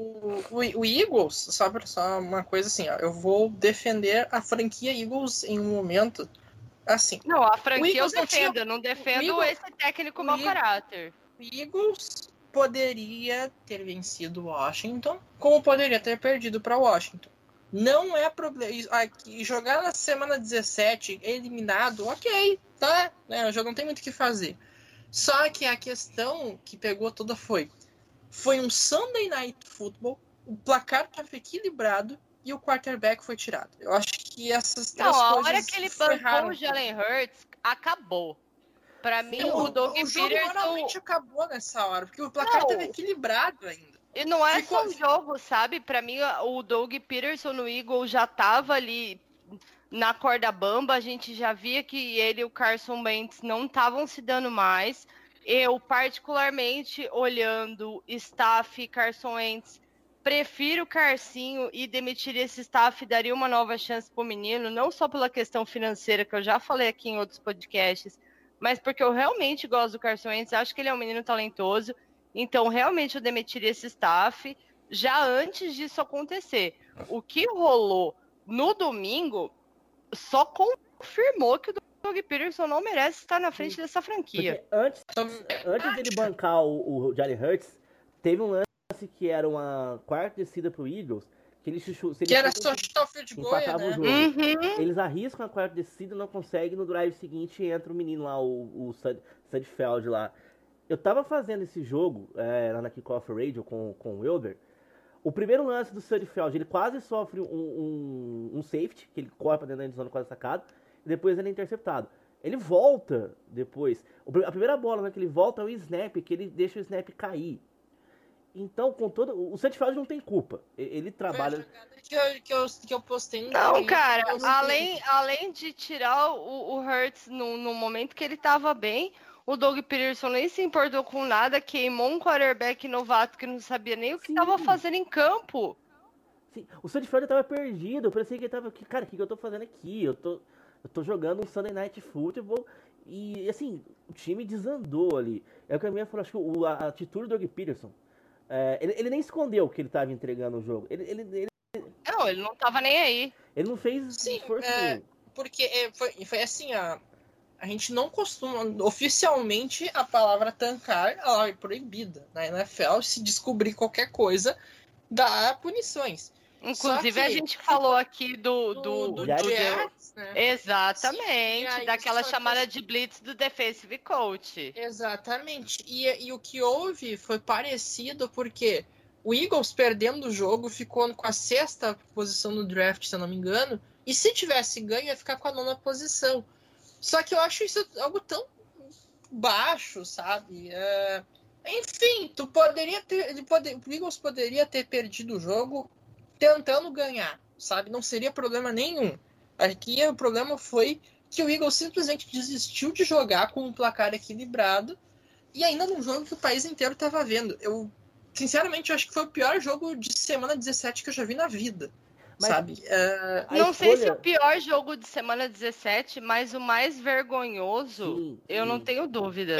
o Eagles, só uma coisa assim, ó, eu vou defender a franquia Eagles em um momento. Assim, Não, a franquia eu Eagles não tinha- defendo. Eu não defendo Eagles- esse técnico o mau Eagles- caráter. o Eagles poderia ter vencido Washington, como poderia ter perdido para Washington. Não é problema. Jogar na semana 17, eliminado, ok, tá? Né, já não tem muito o que fazer. Só que a questão que pegou toda foi um Sunday Night Football, o placar estava equilibrado e o quarterback foi tirado. Eu acho que essas três Não, a coisas hora que ele ferraram. bancou o Jalen Hurts, acabou. Pra mim, o Doug O jogo Peterson... normalmente acabou nessa hora, porque o placar estava equilibrado ainda. E não é só o jogo, sabe? Pra mim, o Doug Peterson no Eagles já tava ali na corda bamba. A gente já via que ele e o Carson Wentz não estavam se dando mais. Eu, particularmente, olhando staff e Carson Wentz, prefiro o Carcinho e demitiria esse staff e daria uma nova chance pro menino, não só pela questão financeira, que eu já falei aqui em outros podcasts, mas porque eu realmente gosto do Carson Wentz, acho que ele é um menino talentoso. Então, realmente, eu demitiria esse staff já antes disso acontecer. O que rolou no domingo só confirmou que o Doug Peterson não merece estar na frente dessa franquia. Porque antes dele bancar o Jalen Hurts, teve um lance que era uma quarta descida pro Eagles, que ele que era só chutar o field goal, empatava né? o jogo. Eles arriscam a quarta descida, não conseguem, no drive seguinte entra o menino lá, o Sudfeld lá. Eu tava fazendo esse jogo lá na Kickoff Radio com o Wilder. O primeiro lance do Sudfeld, ele quase sofre um safety, que ele corre pra dentro da endzone quase sacado, e depois ele é interceptado. Ele volta depois. A primeira bola, né, que ele volta é o snap, que ele deixa o snap cair. Então, com todo. O Sudfeld não tem culpa. Ele trabalha. Que eu postei. Não, cara, além de tirar o Hurts no momento que ele tava bem, o Doug Peterson nem se importou com nada, queimou um quarterback novato que não sabia nem o que tava fazendo em campo. Sim, o Sudfeld tava perdido. Eu pensei que ele tava aqui. Cara, o que eu tô fazendo aqui? Eu tô jogando um Sunday Night Football. E assim, o time desandou ali. É o que a minha falou, acho que a atitude do Doug Peterson. Ele nem escondeu que ele tava entregando o jogo. Não, ele não tava nem aí. Ele não fez esforço nenhum. Porque foi assim, a gente não costuma. Oficialmente, a palavra tancar ela é proibida na NFL. Se descobrir qualquer coisa, dá punições. Inclusive, a gente falou aqui do Jets, né? Exatamente, Sim, daquela chamada de blitz do defensive coach. Exatamente. E o que houve foi parecido porque o Eagles, perdendo o jogo, ficou com a 6ª posição no draft, se eu não me engano, e se tivesse ganho, ia ficar com a 9ª posição. Só que eu acho isso algo tão baixo, sabe? Enfim, o Eagles poderia ter perdido o jogo tentando ganhar, sabe? Não seria problema nenhum. Aqui o problema foi que o Eagles simplesmente desistiu de jogar com um placar equilibrado e ainda num jogo que o país inteiro estava vendo. Eu, sinceramente, acho que foi o pior jogo de semana 17 que eu já vi na vida. Mas, sabe? Não sei se é o pior jogo de semana 17, mas o mais vergonhoso, sim. Eu não tenho dúvidas.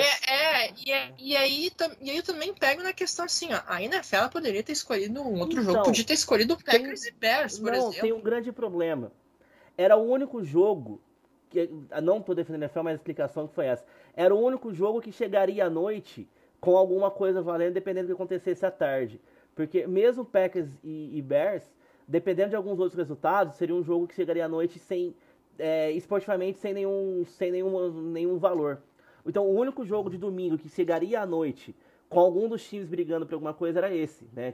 E aí eu também pego na questão assim, ó, a NFL poderia ter escolhido um outro jogo, podia ter escolhido Packers e Bears, por exemplo. Não, tem um grande problema. Era o único jogo, que não tô defendendo a NFL, mas a explicação que foi essa. Era o único jogo que chegaria à noite com alguma coisa valendo, dependendo do que acontecesse à tarde. Porque mesmo Packers e Bears, dependendo de alguns outros resultados, seria um jogo que chegaria à noite esportivamente sem nenhum valor. Então o único jogo de domingo que chegaria à noite com algum dos times brigando por alguma coisa era esse, né?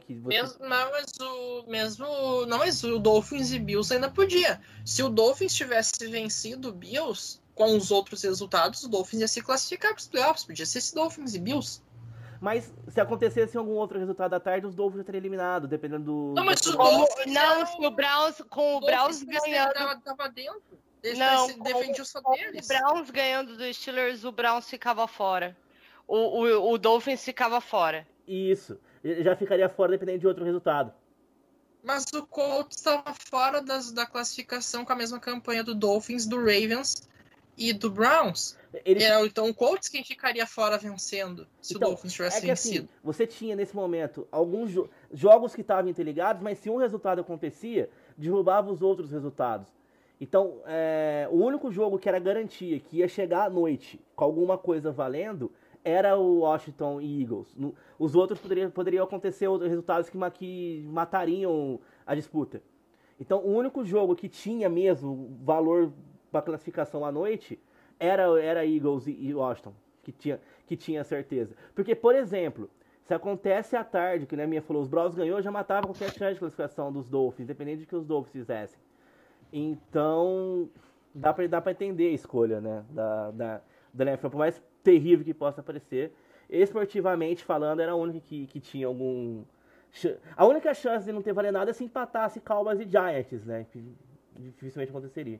Mas o Dolphins e Bills ainda podia. Se o Dolphins tivesse vencido o Bills com os outros resultados, o Dolphins ia se classificar para os playoffs. Podia ser esse Dolphins e Bills. Mas se acontecesse algum outro resultado à tarde, os Dolphins já teriam eliminado, dependendo do... Não, mas se o Browns, com o Browns ganhando... Tava dentro. Defendiam só deles. O Browns ganhando do Steelers, o Browns ficava fora. O Dolphins ficava fora. Isso. Já ficaria fora dependendo de outro resultado. Mas o Colts estava fora da classificação com a mesma campanha do Dolphins, do Ravens e do Browns. Então o Colts quem ficaria fora vencendo se então, o Dolphins tivesse Assim, vencido. você tinha nesse momento alguns jogos que estavam interligados, mas se um resultado acontecia, derrubava os outros resultados. Então, o único jogo que era garantia, que ia chegar à noite com alguma coisa valendo, era o Washington e Eagles. Os outros poderiam acontecer outros resultados que matariam a disputa. Então, o único jogo que tinha mesmo valor para classificação à noite era Eagles e Washington, que tinha certeza. Porque, por exemplo, se acontece à tarde, que a minha falou, os Browns ganhou, já matava qualquer chance de classificação dos Dolphins, independente do que os Dolphins fizessem. Então, dá pra entender a escolha, né, da NFL, por mais terrível que possa parecer. Esportivamente falando, era a única que tinha algum... A única chance de não ter valido nada é se empatasse Cowboys e Giants, né, que dificilmente aconteceria.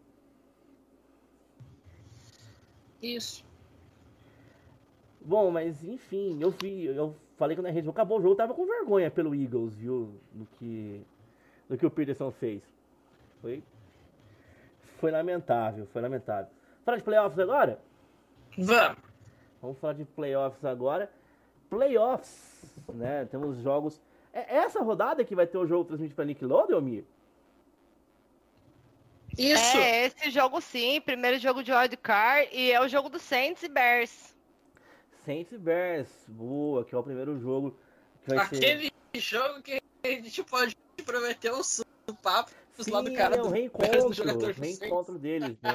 Isso. Bom, mas enfim, eu falei que na rede acabou o jogo, eu tava com vergonha pelo Eagles, viu, do que o Peterson fez. Foi lamentável, foi lamentável. Falar de playoffs agora? Vamos falar de playoffs agora. Playoffs, né? Temos jogos. É essa rodada que vai ter o jogo transmitido pra Nickelodeon, Mi? Isso! É esse jogo sim, primeiro jogo de wildcard e é o jogo do Saints e Bears. Saints e Bears, boa, que é o primeiro jogo que vai Aquele jogo que a gente pode prometer um papo lá do cara. É um reencontro deles, né?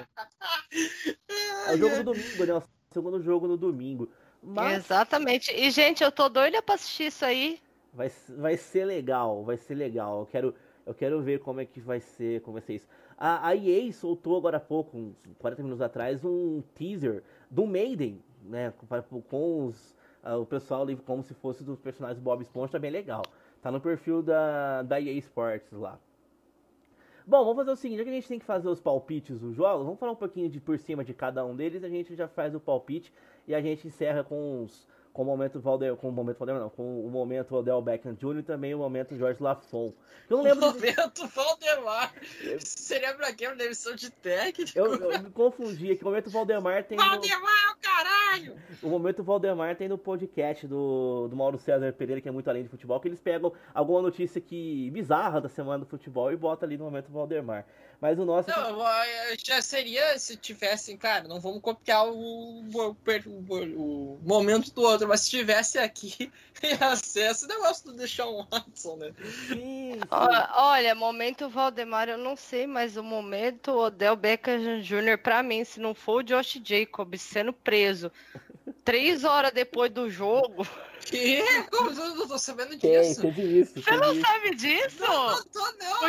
É o jogo do domingo, né? O segundo jogo no domingo. Mas... Exatamente. E, gente, eu tô doida pra assistir isso aí. Vai ser legal, vai ser legal. Eu quero ver como é que vai ser isso. A EA soltou agora há pouco, uns 40 minutos atrás, um teaser do Maiden, né? Com o pessoal ali como se fosse dos personagens do Bob Esponja, tá bem legal. Tá no perfil da EA Sports lá. Bom, vamos fazer o seguinte, já que a gente tem que fazer os palpites dos jogos, vamos falar um pouquinho por cima de cada um deles, a gente já faz o palpite e a gente encerra com o momento com o momento Odell Beckham Jr. e também o momento Jorge Lafon. Eu não lembro. O momento Valdemar. Seria pra quê? Uma demissão de técnico? Eu me confundi aqui. O momento Valdemar tem. Valdemar, caralho! O momento Valdemar tem no podcast do Mauro César Pereira, que é muito além de futebol, que eles pegam alguma notícia bizarra da semana do futebol e botam ali no momento Valdemar. Mas o nosso. Não, já seria se tivessem, cara, não vamos copiar o momento do outro, mas se tivesse aqui, ia ser esse negócio do Deshaun Watson, né? Sim. Olha, momento Valdemar, eu não sei, mas o momento Odell Beckham Jr., pra mim, se não for o Josh Jacobs sendo preso 3 horas depois do jogo. Que? Como eu não tô sabendo disso? Você não sabe disso? Não tô, não. O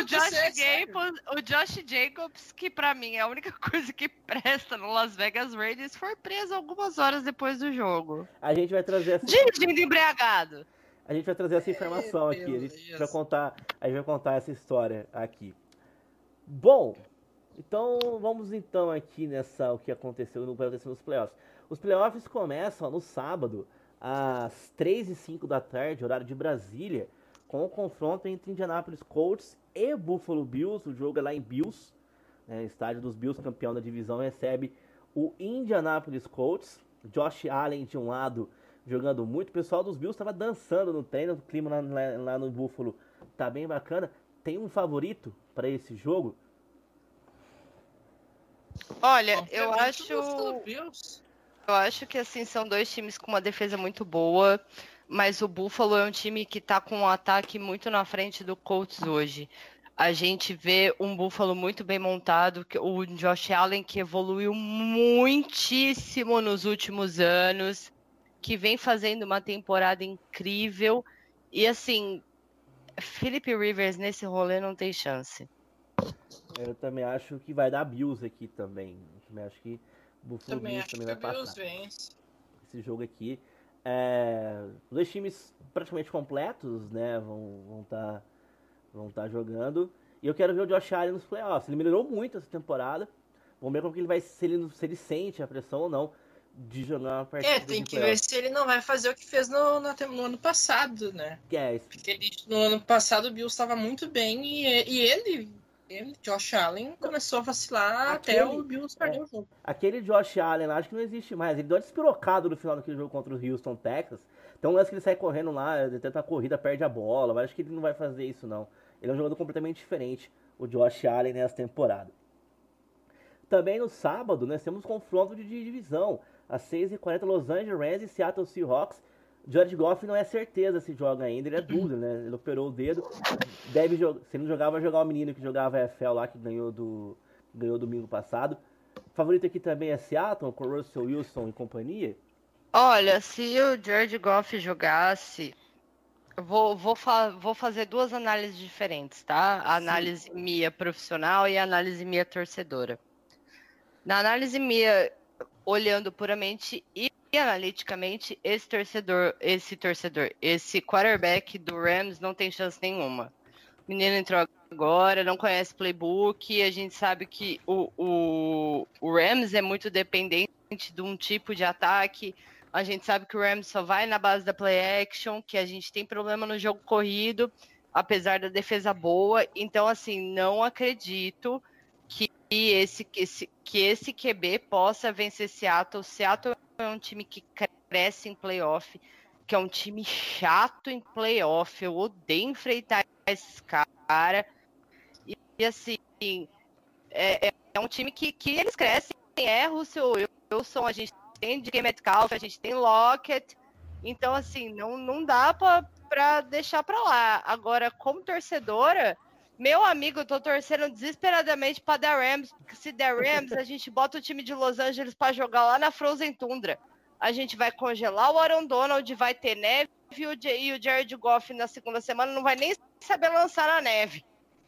Josh Jacobs, que pra mim é a única coisa que presta no Las Vegas Raiders, foi preso algumas horas depois do jogo. A gente vai trazer dirigindo embriagado. A gente vai trazer essa informação aqui. A gente vai contar essa história aqui. Bom, então vamos aqui o que aconteceu nos playoffs. Os playoffs começam no sábado, às 3h05 da tarde, horário de Brasília, com o confronto entre Indianapolis Colts e Buffalo Bills. O jogo é lá em Bills, né, estádio dos Bills, campeão da divisão, recebe o Indianapolis Colts. Josh Allen de um lado, jogando muito. O pessoal dos Bills estava dançando no treino, o clima lá no Buffalo tá bem bacana. Tem um favorito para esse jogo? Olha, eu acho que assim são dois times com uma defesa muito boa, mas o Buffalo é um time que tá com um ataque muito na frente do Colts hoje. A gente vê um Buffalo muito bem montado, o Josh Allen que evoluiu muitíssimo nos últimos anos, que vem fazendo uma temporada incrível. E assim, Philip Rivers nesse rolê não tem chance. Eu também acho que vai dar Bills aqui também. Eu também acho que Buffalo Bills também vai passar. Esse jogo aqui. Os dois times praticamente completos, né? Vão tá jogando. E eu quero ver o Josh Allen nos playoffs. Ele melhorou muito essa temporada. Vamos ver como que ele vai, se ele sente a pressão ou não. de jogar uma partida tem de que playoff. ver se ele não vai fazer o que fez no ano passado, né? É, Porque no ano passado o Bills estava muito bem e ele, Josh Allen, começou a vacilar até o Bills perder o jogo. aquele Josh Allen lá, acho que não existe mais. Ele deu uma despirocada no final daquele jogo contra o Houston Texas. Então, um lance que ele sai correndo lá, ele tenta a corrida, perde a bola. Mas acho que ele não vai fazer isso, não. Ele é um jogador completamente diferente, o Josh Allen, nessa temporada. Também no sábado, nós temos confronto de divisão. Às 6h40, Los Angeles Rams e Seattle Seahawks. Jared Goff não é certeza se joga ainda, ele é dúvida, né? Ele operou o dedo. Deve jogar, se ele não jogar, vai jogar o menino que jogava EFL lá, que ganhou domingo passado. Favorito aqui também é Seattle, com Russell Wilson e companhia. Olha, se o Jared Goff jogasse, vou fazer duas análises diferentes, tá? A análise minha profissional e a análise minha torcedora. Na análise minha, olhando puramente e analiticamente, esse quarterback do Rams não tem chance nenhuma. O menino entrou agora, não conhece playbook, a gente sabe que o Rams é muito dependente de um tipo de ataque, a gente sabe que o Rams só vai na base da play action, que a gente tem problema no jogo corrido, apesar da defesa boa, então assim, não acredito que esse QB possa vencer Seattle. Seattle é um time que cresce em playoff, que é um time chato em playoff. Eu odeio enfrentar esses caras. E assim, é um time que eles crescem. Russell Wilson, a gente tem DK Metcalf, a gente tem Lockett. Então, assim, não dá pra deixar pra lá. Agora, como torcedora, meu amigo, eu tô torcendo desesperadamente pra dar Rams, porque se der Rams, a gente bota o time de Los Angeles pra jogar lá na Frozen Tundra. A gente vai congelar o Aaron Donald, vai ter neve e o Jared Goff na segunda semana não vai nem saber lançar na neve.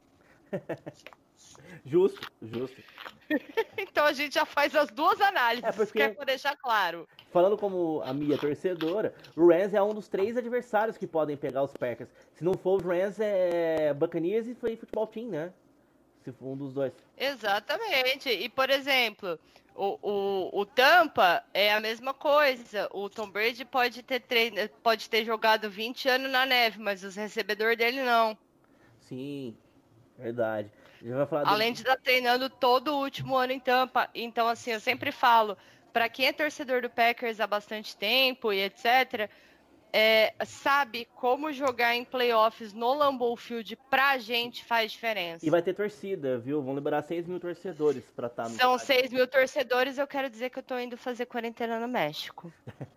Justo. Então a gente já faz as duas análises, porque, que é pra deixar claro. Falando como a minha torcedora, o Rams é um dos 3 adversários que podem pegar os Packers. Se não for o Rams, é Buccaneers e foi Futebol Team, né? Se for um dos dois. Exatamente. E, por exemplo, o Tampa é a mesma coisa. O Tom Brady pode ter jogado 20 anos na neve, mas os recebedores dele não. Sim, verdade. Além de estar treinando todo o último ano em Tampa. Então, assim, eu sempre falo, para quem é torcedor do Packers há bastante tempo e etc., sabe como jogar em playoffs no Lambeau Field pra gente faz diferença. E vai ter torcida, viu? Vão liberar 6 mil torcedores pra estar no São 6 mil torcedores, eu quero dizer que eu tô indo fazer quarentena no México.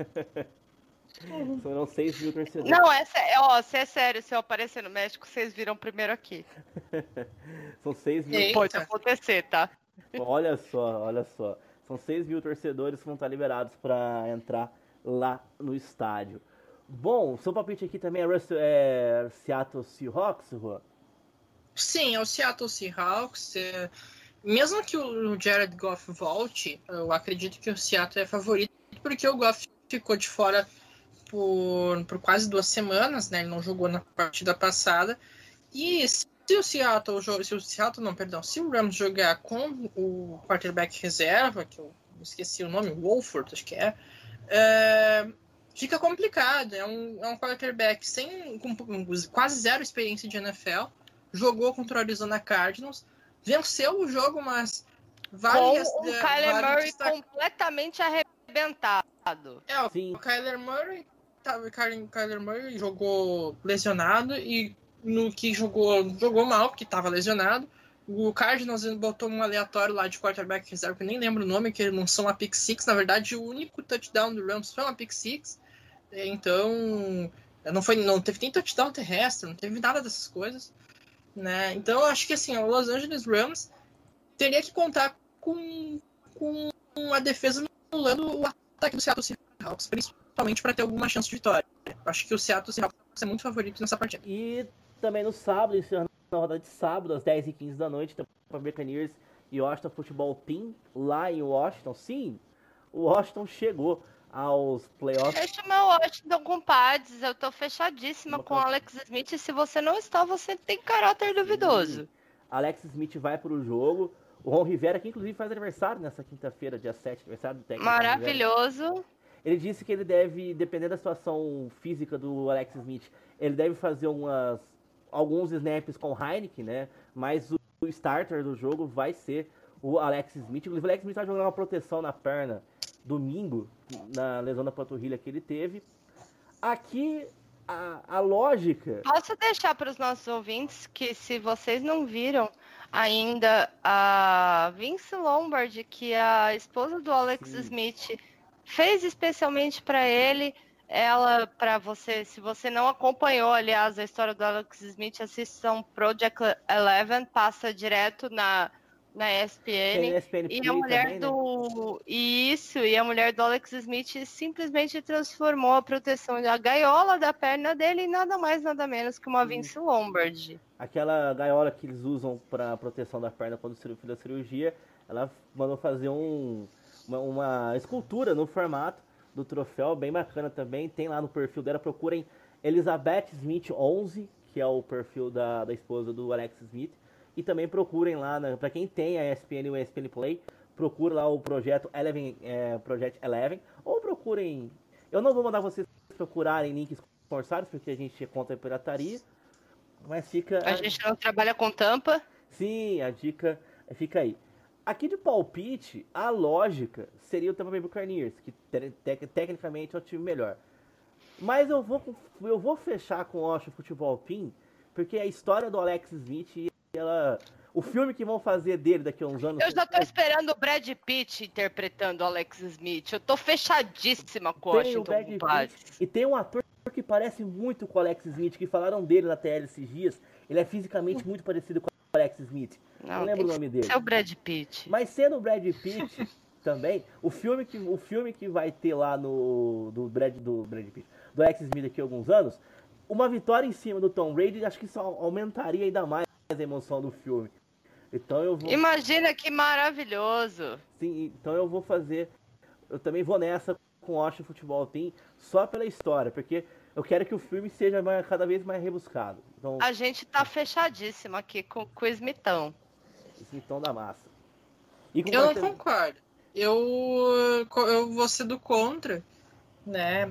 Serão 6 mil torcedores. Não, se é sério, se eu aparecer no México, vocês viram primeiro aqui. São 6 mil. Eita. Pode acontecer, tá? Olha só. São 6 mil torcedores que vão estar liberados pra entrar lá no estádio. Bom, seu palpite aqui também é Seattle Seahawks, Juan? Sim, é o Seattle Seahawks. Mesmo que o Jared Goff volte, eu acredito que o Seattle é favorito, porque o Goff ficou de fora por quase 2 semanas, né? Ele não jogou na partida passada. E se o Rams jogar com o quarterback reserva, que eu esqueci o nome, Wolford, acho que fica complicado. É um quarterback com quase zero experiência de NFL, jogou contra o Arizona Cardinals, venceu o jogo, mas com o Kyler Murray completamente arrebentado. Sim. O Kyler Murray jogou lesionado e no que jogou mal, porque estava lesionado. O Cardinals botou um aleatório lá de quarterback reserva, que eu nem lembro o nome, que não são uma pick six. Na verdade, o único touchdown do Rams foi uma pick six. Então, não teve nem touchdown terrestre, não teve nada dessas coisas, né? Então, eu acho que assim, o Los Angeles Rams teria que contar com a defesa anulando o ataque do Seattle Seahawks, principalmente para ter alguma chance de vitória. Eu acho que o Seattle Seahawks é muito favorito nessa partida. E também no sábado, encerrando na rodada de sábado, às 10h15 da noite, Tampa Buccaneers e Washington Football Team, lá em Washington. Sim, o Washington chegou aos playoffs. Deixa o meu Washington, compadres. Eu tô fechadíssima com o Alex Smith. E se você não está, você tem caráter duvidoso. Alex Smith vai pro jogo. O Ron Rivera, que inclusive faz aniversário nessa quinta-feira, dia 7, aniversário do técnico. Maravilhoso. Ele disse que ele deve, dependendo da situação física do Alex Smith, ele deve fazer alguns snaps com o Heineken, né? Mas o starter do jogo vai ser o Alex Smith. Inclusive, o Alex Smith vai jogar uma proteção na perna domingo, na lesão da panturrilha que ele teve. Aqui, a lógica... Posso deixar para os nossos ouvintes que, se vocês não viram ainda, a Vince Lombardi, que é a esposa do Alex Smith, fez especialmente para ele. Ela, para você, se você não acompanhou, aliás, a história do Alex Smith, assistam Project Eleven, passa direto na ESPN. ESPN E a mulher também, do... Né? Isso, e a mulher do Alex Smith simplesmente transformou a proteção da gaiola da perna dele em nada mais, nada menos que uma Vince Lombardi. Aquela gaiola que eles usam para proteção da perna quando fez a cirurgia, ela mandou fazer uma escultura no formato do troféu, bem bacana também. Tem lá no perfil dela, procurem Elizabeth Smith 11, que é o perfil da esposa do Alex Smith. E também procurem lá, para quem tem a ESPN e o ESPN Play, procure lá o Project Eleven, ou procurem... Eu não vou mandar vocês procurarem links forçados, porque a gente é contra a pirataria, mas fica... A gente não trabalha com tampa. Sim, a dica fica aí. Aqui de palpite, a lógica seria o Tampa Bay Buccaneers, que tecnicamente é o time melhor. Mas eu vou fechar com o Washington Football Team, porque a história do Alex Smith, o filme que vão fazer dele daqui a uns anos... Eu já tô esperando o Brad Pitt interpretando o Alex Smith. Eu tô fechadíssima com o Washington Buccaneers. E tem um ator que parece muito com o Alex Smith, que falaram dele na TL esses dias. Ele é fisicamente muito parecido com o Alex Smith. Não lembro o nome dele. É o Brad Pitt. Mas sendo o Brad Pitt também, o filme que vai ter lá do Alex Smith daqui a alguns anos, uma vitória em cima do Tom Brady, acho que isso aumentaria ainda mais a emoção do filme. Então eu vou... Imagina que maravilhoso. Sim, então eu também vou nessa com o Washington Football Team só pela história, porque eu quero que o filme seja cada vez mais rebuscado. Então, a gente tá fechadíssimo aqui com o Smithão. Smithão da massa. Eu não concordo. Eu vou ser do contra, né?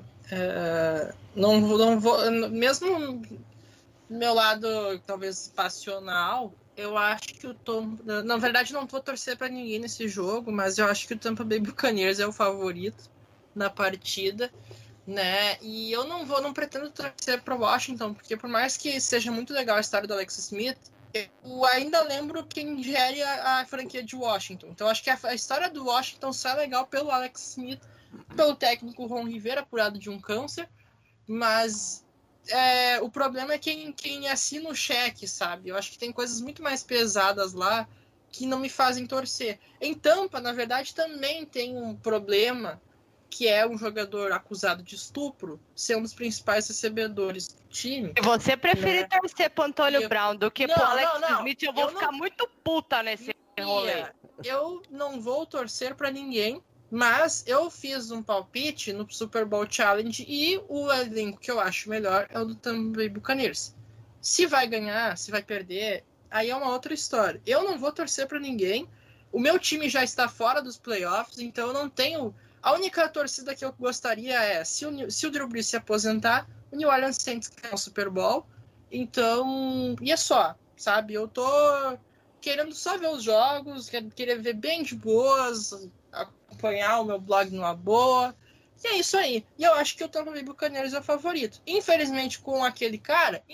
Não vou, mesmo meu lado talvez passional, eu acho que o Tom... Na verdade, não vou torcer para ninguém nesse jogo, mas eu acho que o Tampa Bay Buccaneers é o favorito na partida, né? E eu não pretendo torcer para Washington, porque por mais que seja muito legal a história do Alex Smith, eu ainda lembro quem gere a franquia de Washington. Então acho que a história do Washington só é legal pelo Alex Smith, pelo técnico Ron Rivera, curado de um câncer, mas o problema é quem assina o cheque, sabe? Eu acho que tem coisas muito mais pesadas lá que não me fazem torcer. Em Tampa, na verdade, também tem um problema, que é um jogador acusado de estupro ser um dos principais recebedores do time. Se você preferir torcer pro Antônio Brown do que pro Alex Smith, eu vou ficar muito puta nesse rolê. Eu não vou torcer pra ninguém, mas eu fiz um palpite no Super Bowl Challenge e o elenco que eu acho melhor é o do Tampa Bay Buccaneers. Se vai ganhar, se vai perder, aí é uma outra história. Eu não vou torcer pra ninguém. O meu time já está fora dos playoffs, então eu não tenho... A única torcida que eu gostaria é, se o Drew Brees se aposentar, o New Orleans Saints ganhar o Super Bowl. Então, e é só, sabe? Eu tô querendo só ver os jogos, querer ver bem de boas, acompanhar o meu blog numa boa. E é isso aí. E eu acho que o Tampa Bay Buccaneers é o favorito. Infelizmente com aquele cara,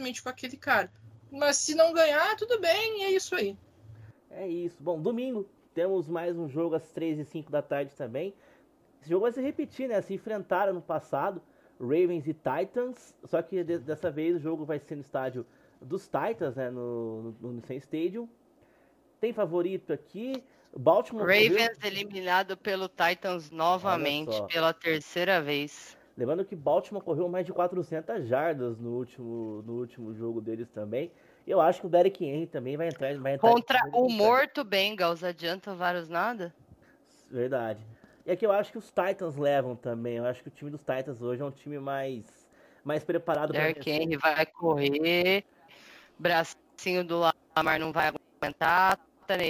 Mas se não ganhar, tudo bem, é isso aí. É isso. Bom, domingo temos mais um jogo às 3h05 da tarde também. Esse jogo vai se repetir, né? Se enfrentaram no passado, Ravens e Titans, só que dessa vez o jogo vai ser no estádio dos Titans, né? No Nissan Stadium. Tem favorito aqui, Baltimore... Ravens eliminado pelo Titans novamente, pela terceira vez. Lembrando que Baltimore correu mais de 400 jardas no último jogo deles também. Eu acho que o Derrick Henry também vai entrar contra o morto Bengals, adianta vários nada? Verdade. E aqui eu acho que os Titans levam também. Eu acho que o time dos Titans hoje é um time mais preparado para Derrick Henry vai correr, bracinho do Lamar não vai aguentar, Tannehill vai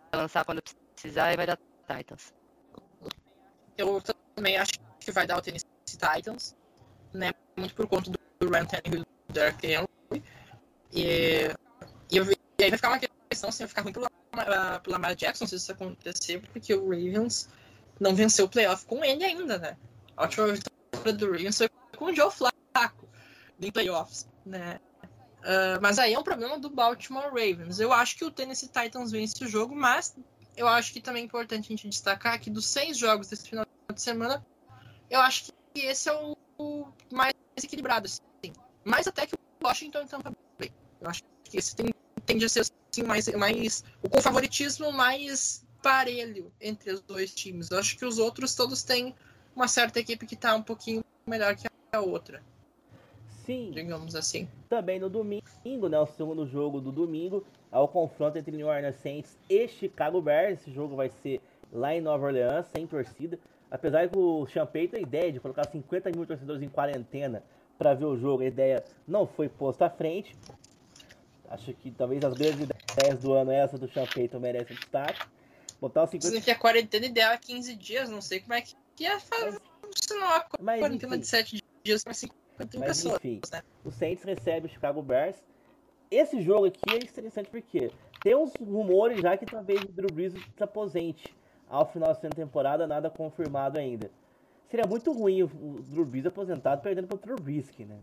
lançar quando precisar e vai dar Titans. Eu também acho que vai dar o Tennessee Titans, né? Muito por conta do Ryan Tannehill e do Derrick Henry. E aí vai ficar uma questão se vai ficar ruim pro Lamar Jackson se isso acontecer, porque o Ravens não venceu o playoff com ele ainda, né? A última vitória do Ravens foi com o Joe Flacco em playoffs, né? Mas aí é um problema do Baltimore Ravens. Eu acho que o Tennessee Titans vence o jogo, mas eu acho que também é importante a gente destacar que dos 6 jogos desse final de semana, eu acho que esse é o mais equilibrado, assim. Mais até que o Washington e Tampa Bay. Eu acho que esse tende a ser assim, mais com favoritismo mais parelho entre os dois times. Eu acho que os outros todos têm uma certa equipe que está um pouquinho melhor que a outra. Sim. Digamos assim. Também no domingo, né, o segundo jogo do domingo, é o confronto entre New Orleans Saints e Chicago Bears. Esse jogo vai ser lá em Nova Orleans, sem torcida. Apesar que o Sean Payton tem a ideia de colocar 50 mil torcedores em quarentena para ver o jogo, a ideia não foi posta à frente. Acho que talvez as grandes ideias do ano, essa do Sean Payton, merece destaque. Botar os 50... Dizem que a quarentena ideal é 15 dias, não sei como é que ia funcionar a quarentena de 7 dias para 51 pessoas. Enfim, né? O Saints recebe o Chicago Bears. Esse jogo aqui é interessante porque tem uns rumores já que talvez o Drew Brees se aposente ao final da temporada, nada confirmado ainda. Seria muito ruim o Drew Brees aposentado perdendo para o Trubisky, né?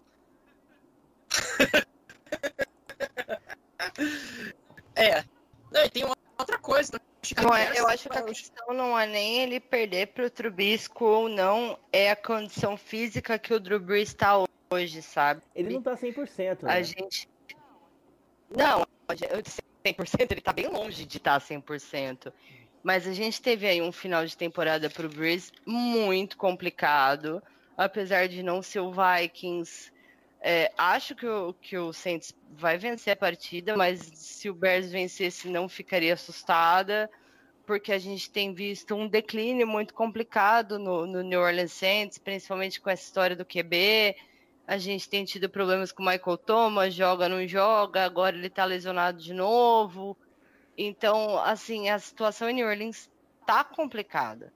Não, e tem uma outra coisa. Eu acho que a questão não é nem ele perder para o Trubisky ou não, é a condição física que o Drew Brees está hoje, sabe? Ele não tá 100%, né? A gente... Não, 100% ele tá bem longe de estar 100%. Mas a gente teve aí um final de temporada pro Brees muito complicado. Apesar de não ser o Vikings, acho que o Saints vai vencer a partida, mas se o Bears vencesse não ficaria assustada, porque a gente tem visto um declínio muito complicado no New Orleans Saints, principalmente com essa história do QB. A gente tem tido problemas com o Michael Thomas, joga, não joga, agora ele tá lesionado de novo. Então, assim, a situação em New Orleans tá complicada.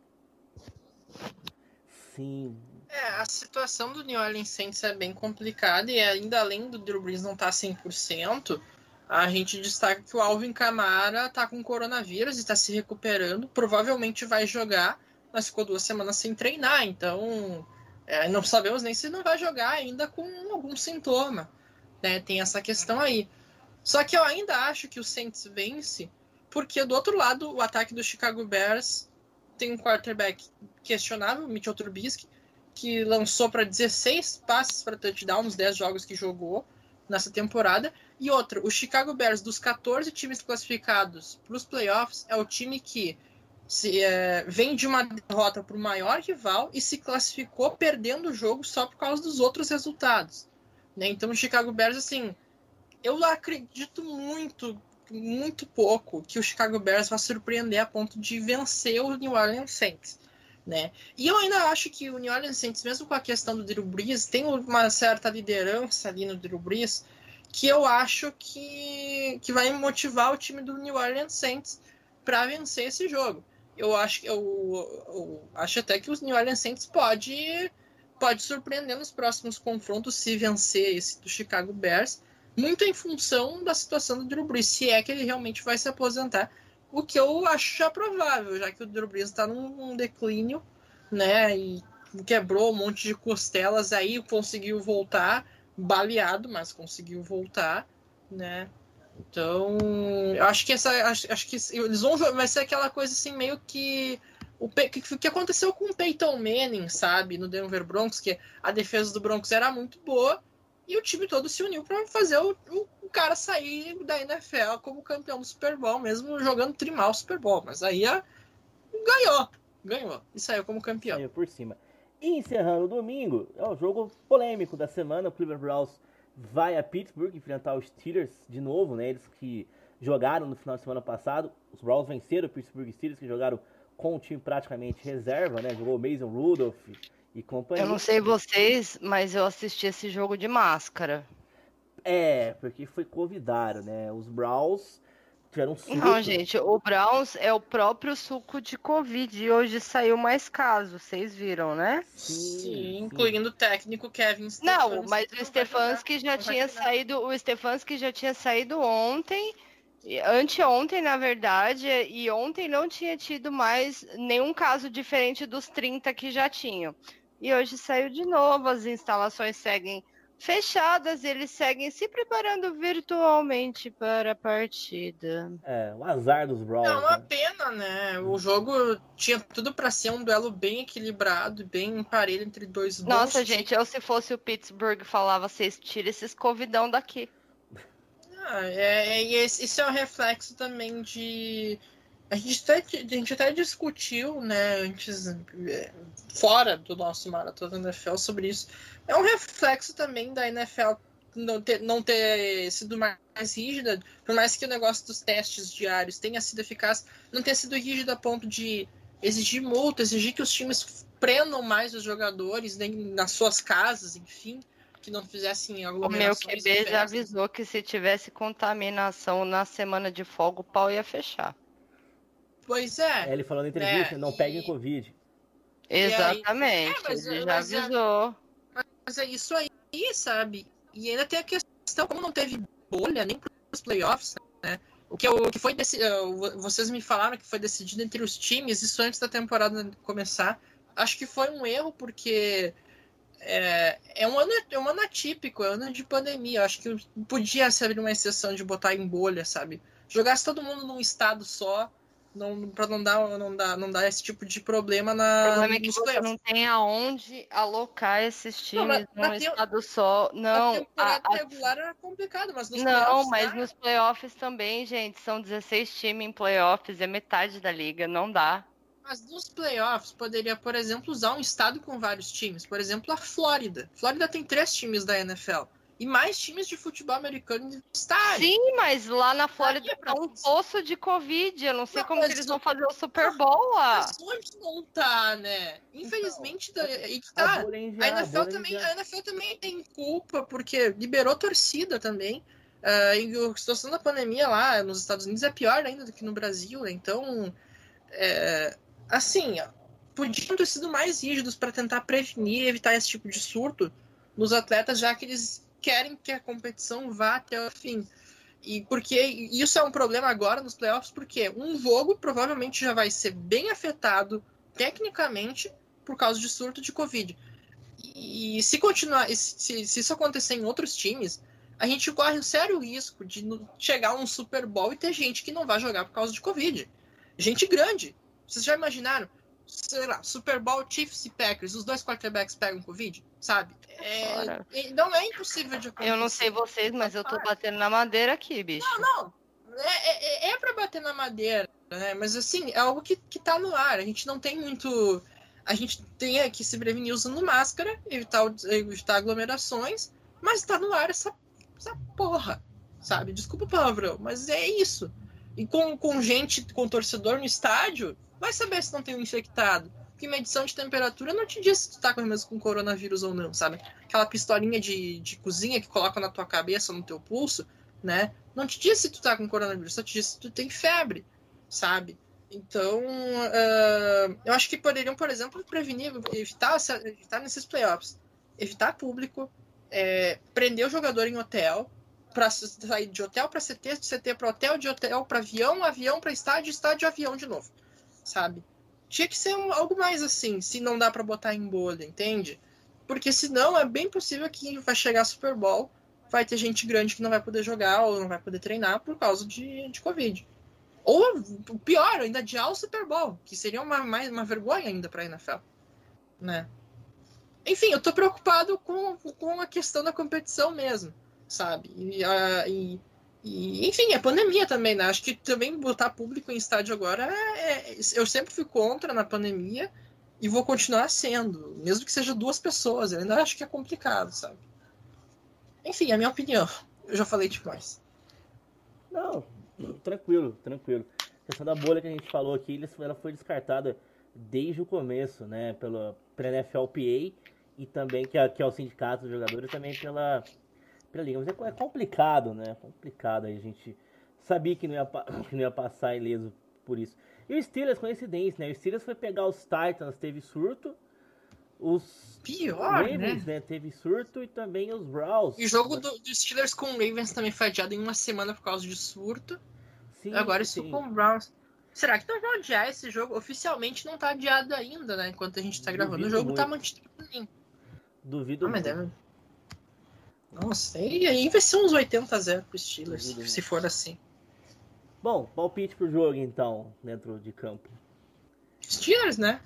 Sim. A situação do New Orleans Saints é bem complicada e ainda além do Drew Brees não estar 100%, a gente destaca que o Alvin Kamara tá com coronavírus e está se recuperando. Provavelmente vai jogar, mas ficou 2 semanas sem treinar, então não sabemos nem se não vai jogar ainda com algum sintoma, né? Tem essa questão aí. Só que eu ainda acho que o Saints vence, porque do outro lado, o ataque do Chicago Bears tem um quarterback questionável, Mitchell Trubisky, que lançou para 16 passes para touchdown nos 10 jogos que jogou nessa temporada. E outro, o Chicago Bears, dos 14 times classificados para os playoffs, é o time que vem de uma derrota para o maior rival e se classificou perdendo o jogo só por causa dos outros resultados. Né? Então o Chicago Bears, assim, eu acredito muito pouco que o Chicago Bears vai surpreender a ponto de vencer o New Orleans Saints. Né? E eu ainda acho que o New Orleans Saints, mesmo com a questão do Drew Brees, tem uma certa liderança ali no Drew Brees, que eu acho que vai motivar o time do New Orleans Saints para vencer esse jogo. Eu acho até que o New Orleans Saints pode surpreender nos próximos confrontos se vencer esse do Chicago Bears, muito em função da situação do Drew Brees, se é que ele realmente vai se aposentar. O que eu acho já provável, já que o Drew Brees está num declínio, né? E quebrou um monte de costelas aí, conseguiu voltar, baleado, mas conseguiu voltar, né? Então, eu acho que acho que eles vão, vai ser aquela coisa assim meio que o que aconteceu com o Peyton Manning, sabe, no Denver Broncos, que a defesa do Broncos era muito boa e o time todo se uniu para fazer o cara sair da NFL como campeão do Super Bowl, mesmo jogando trimal o Super Bowl. Mas aí ganhou e saiu como campeão. Saiu por cima. E encerrando o domingo, é o jogo polêmico da semana. O Cleveland Browns vai a Pittsburgh enfrentar os Steelers de novo, né? Eles que jogaram no final de semana passado. Os Browns venceram o Pittsburgh Steelers, que jogaram com um time praticamente reserva, né? Jogou o Mason Rudolph e companhia. Eu não sei vocês, mas eu assisti esse jogo de máscara. Porque foi convidado, né? Os Browns tiveram um surto. Não, gente, o Browns é o próprio suco de Covid e hoje saiu mais caso, vocês viram, né? Sim, incluindo o técnico Kevin Stefanski. Não, mas o Stefanski já tinha saído, o Stefanski já tinha saído ontem, anteontem, na verdade, e ontem não tinha tido mais nenhum caso diferente dos 30 que já tinham. E hoje saiu de novo, as instalações seguem fechadas, eles seguem se preparando virtualmente para a partida. O azar dos Browns. É uma pena, né? O jogo tinha tudo para ser um duelo bem equilibrado, bem parelho entre dois bons. Nossa, gente, eu se fosse o Pittsburgh falava, vocês tiram esses covidão daqui. Isso é um reflexo também de... A gente até discutiu, né, antes, fora do nosso Maratona NFL sobre isso. É um reflexo também da NFL não ter sido mais rígida, por mais que o negócio dos testes diários tenha sido eficaz, não ter sido rígido a ponto de exigir multa, exigir que os times prendam mais os jogadores nas suas casas, enfim, que não fizessem aglomerações. O meu QB já avisou que se tivesse contaminação na semana de folga, o pau ia fechar. Pois é. Ele falou na entrevista, não peguem Covid. Exatamente, ele já avisou. Mas é isso aí, sabe? E ainda tem a questão, como não teve bolha nem para os playoffs, né? O que foi vocês me falaram que foi decidido entre os times, isso antes da temporada começar. Acho que foi um erro, porque é um ano atípico, é um ano de pandemia. Acho que podia ser uma exceção de botar em bolha, sabe? Jogasse todo mundo num estado só, para não dar esse tipo de problema O problema é que você não tem aonde alocar esses times num estado só. Não, a temporada regular era complicado, mas nos playoffs... Não, mas nos playoffs também, gente, são 16 times em playoffs, é metade da liga, não dá. Mas nos playoffs poderia, por exemplo, usar um estado com vários times. Por exemplo, a Flórida. Flórida tem 3 times da NFL. E mais times de futebol americano universitário. Sim, mas lá na Flórida tá um poço de Covid. Eu não sei como que eles vão fazer o Super Bowl lá. Mas onde não tá, né? Infelizmente, tá. A NFL também tem culpa, porque liberou torcida também. E a situação da pandemia lá nos Estados Unidos é pior ainda do que no Brasil, né? Então, assim, podiam ter sido mais rígidos para tentar prevenir e evitar esse tipo de surto nos atletas, já que eles querem que a competição vá até o fim. E porque isso é um problema agora nos playoffs, porque um jogo provavelmente já vai ser bem afetado tecnicamente por causa de surto de Covid. E se continuar, se isso acontecer em outros times, a gente corre um sério risco de chegar um Super Bowl e ter gente que não vai jogar por causa de Covid. Gente grande. Vocês já imaginaram? Sei lá, Super Bowl, Chiefs e Packers, os 2 quarterbacks pegam Covid, sabe? Não é impossível de acontecer. Eu não sei vocês, mas eu tô batendo na madeira aqui, bicho. Não. É pra bater na madeira, né? Mas assim, é algo que tá no ar. A gente não tem muito... A gente tem que se prevenir usando máscara, evitar aglomerações, mas tá no ar essa porra, sabe? Desculpa o palavrão, mas é isso. E com gente, com torcedor no estádio, vai saber se não tem um infectado. Porque medição de temperatura não te diz se tu tá mesmo com coronavírus ou não, sabe? Aquela pistolinha de cozinha que coloca na tua cabeça, no teu pulso, né? Não te diz se tu tá com coronavírus, só te diz se tu tem febre, sabe? Então, eu acho que poderiam, por exemplo, prevenir, evitar nesses playoffs, evitar público, prender o jogador em hotel, para sair de hotel para CT, de CT para hotel, de hotel para avião para estádio, estádio, avião de novo, sabe? Tinha que ser algo mais assim, se não dá para botar em bolha, entende? Porque senão é bem possível que vai chegar Super Bowl, vai ter gente grande que não vai poder jogar ou não vai poder treinar por causa de Covid. Ou, pior, ainda adiar o Super Bowl, que seria uma vergonha ainda para a NFL, né? Enfim, eu tô preocupado com a questão da competição mesmo, sabe? Enfim, é pandemia também, né? Acho que também botar público em estádio agora eu sempre fui contra na pandemia e vou continuar sendo, mesmo que seja 2 pessoas. Eu ainda acho que é complicado, sabe? Enfim, é a minha opinião. Eu já falei demais. Não, tranquilo. A questão da bolha que a gente falou aqui, ela foi descartada desde o começo, né? Pela NFLPA e também, que é o sindicato dos jogadores, também pela liga. Mas é complicado, né? É complicado aí a gente sabia que não ia passar ileso por isso. E o Steelers, coincidência, né? O Steelers foi pegar os Titans, teve surto. Os Ravens, né? Teve surto e também os Browns. E o jogo do Steelers com o Ravens também foi adiado em uma semana por causa de surto. Sim, agora isso com o Browns. Será que não vão adiar esse jogo? Oficialmente não tá adiado ainda, né? Enquanto a gente tá gravando. O jogo muito. Tá mantido. Duvido muito. Deve... Nossa, aí vai ser uns 80-0 pro Steelers, se for assim. Bom, palpite pro jogo então, dentro de campo. Steelers, né?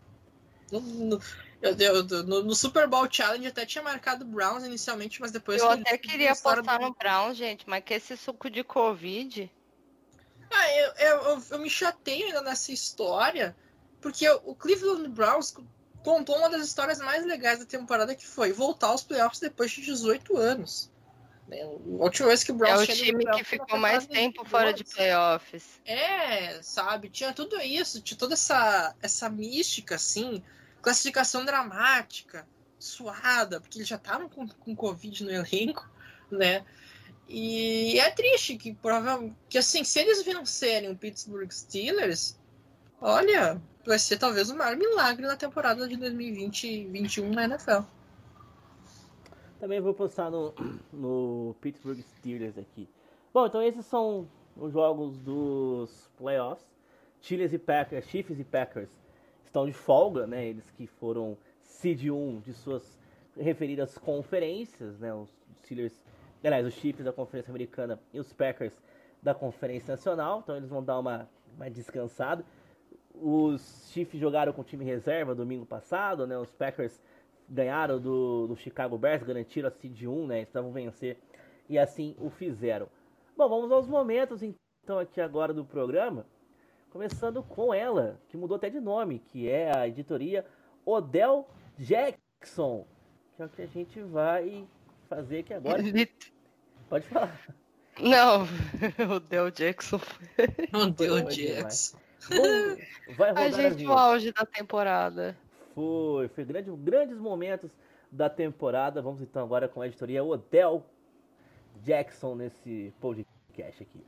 No Super Bowl Challenge até tinha marcado Browns inicialmente, mas depois... Eu até queria apostar no Browns, gente, mas que esse suco de Covid... Eu me chateio ainda nessa história, porque o Cleveland Browns contou uma das histórias mais legais da temporada, que foi voltar aos playoffs depois de 18 anos. A última vez que o Browns o time que ficou mais tempo fora de playoffs. Sabe? Tinha tudo isso, tinha toda essa mística, assim, classificação dramática, suada, porque eles já estavam com Covid no elenco, né? E é triste que provavelmente, que assim, se eles vencerem o Pittsburgh Steelers, olha, vai ser talvez o maior milagre na temporada de 2020-21 na NFL. Também vou postar no Pittsburgh Steelers aqui. Bom, então esses são os jogos dos playoffs. Chiefs e Packers estão de folga, né? Eles que foram seed 1 de suas referidas conferências, né? Os Steelers, aliás, os Chiefs da Conferência Americana e os Packers da Conferência Nacional, então eles vão dar uma descansada. Os Chiefs jogaram com o time reserva domingo passado, né? Os Packers ganharam do Chicago Bears, garantiram a seed 1, né? Eles precisavam vencer e assim o fizeram. Bom, vamos aos momentos então aqui agora do programa, começando com ela, que mudou até de nome, que é a editoria Odell Jackson, que é o que a gente vai fazer aqui agora. Pode falar. Não, Odell Jackson. Odell Jackson. Bom, vai rodar a gente, o auge da temporada. Foi grandes momentos da temporada. Vamos então agora com a editoria Odell Jackson nesse podcast aqui.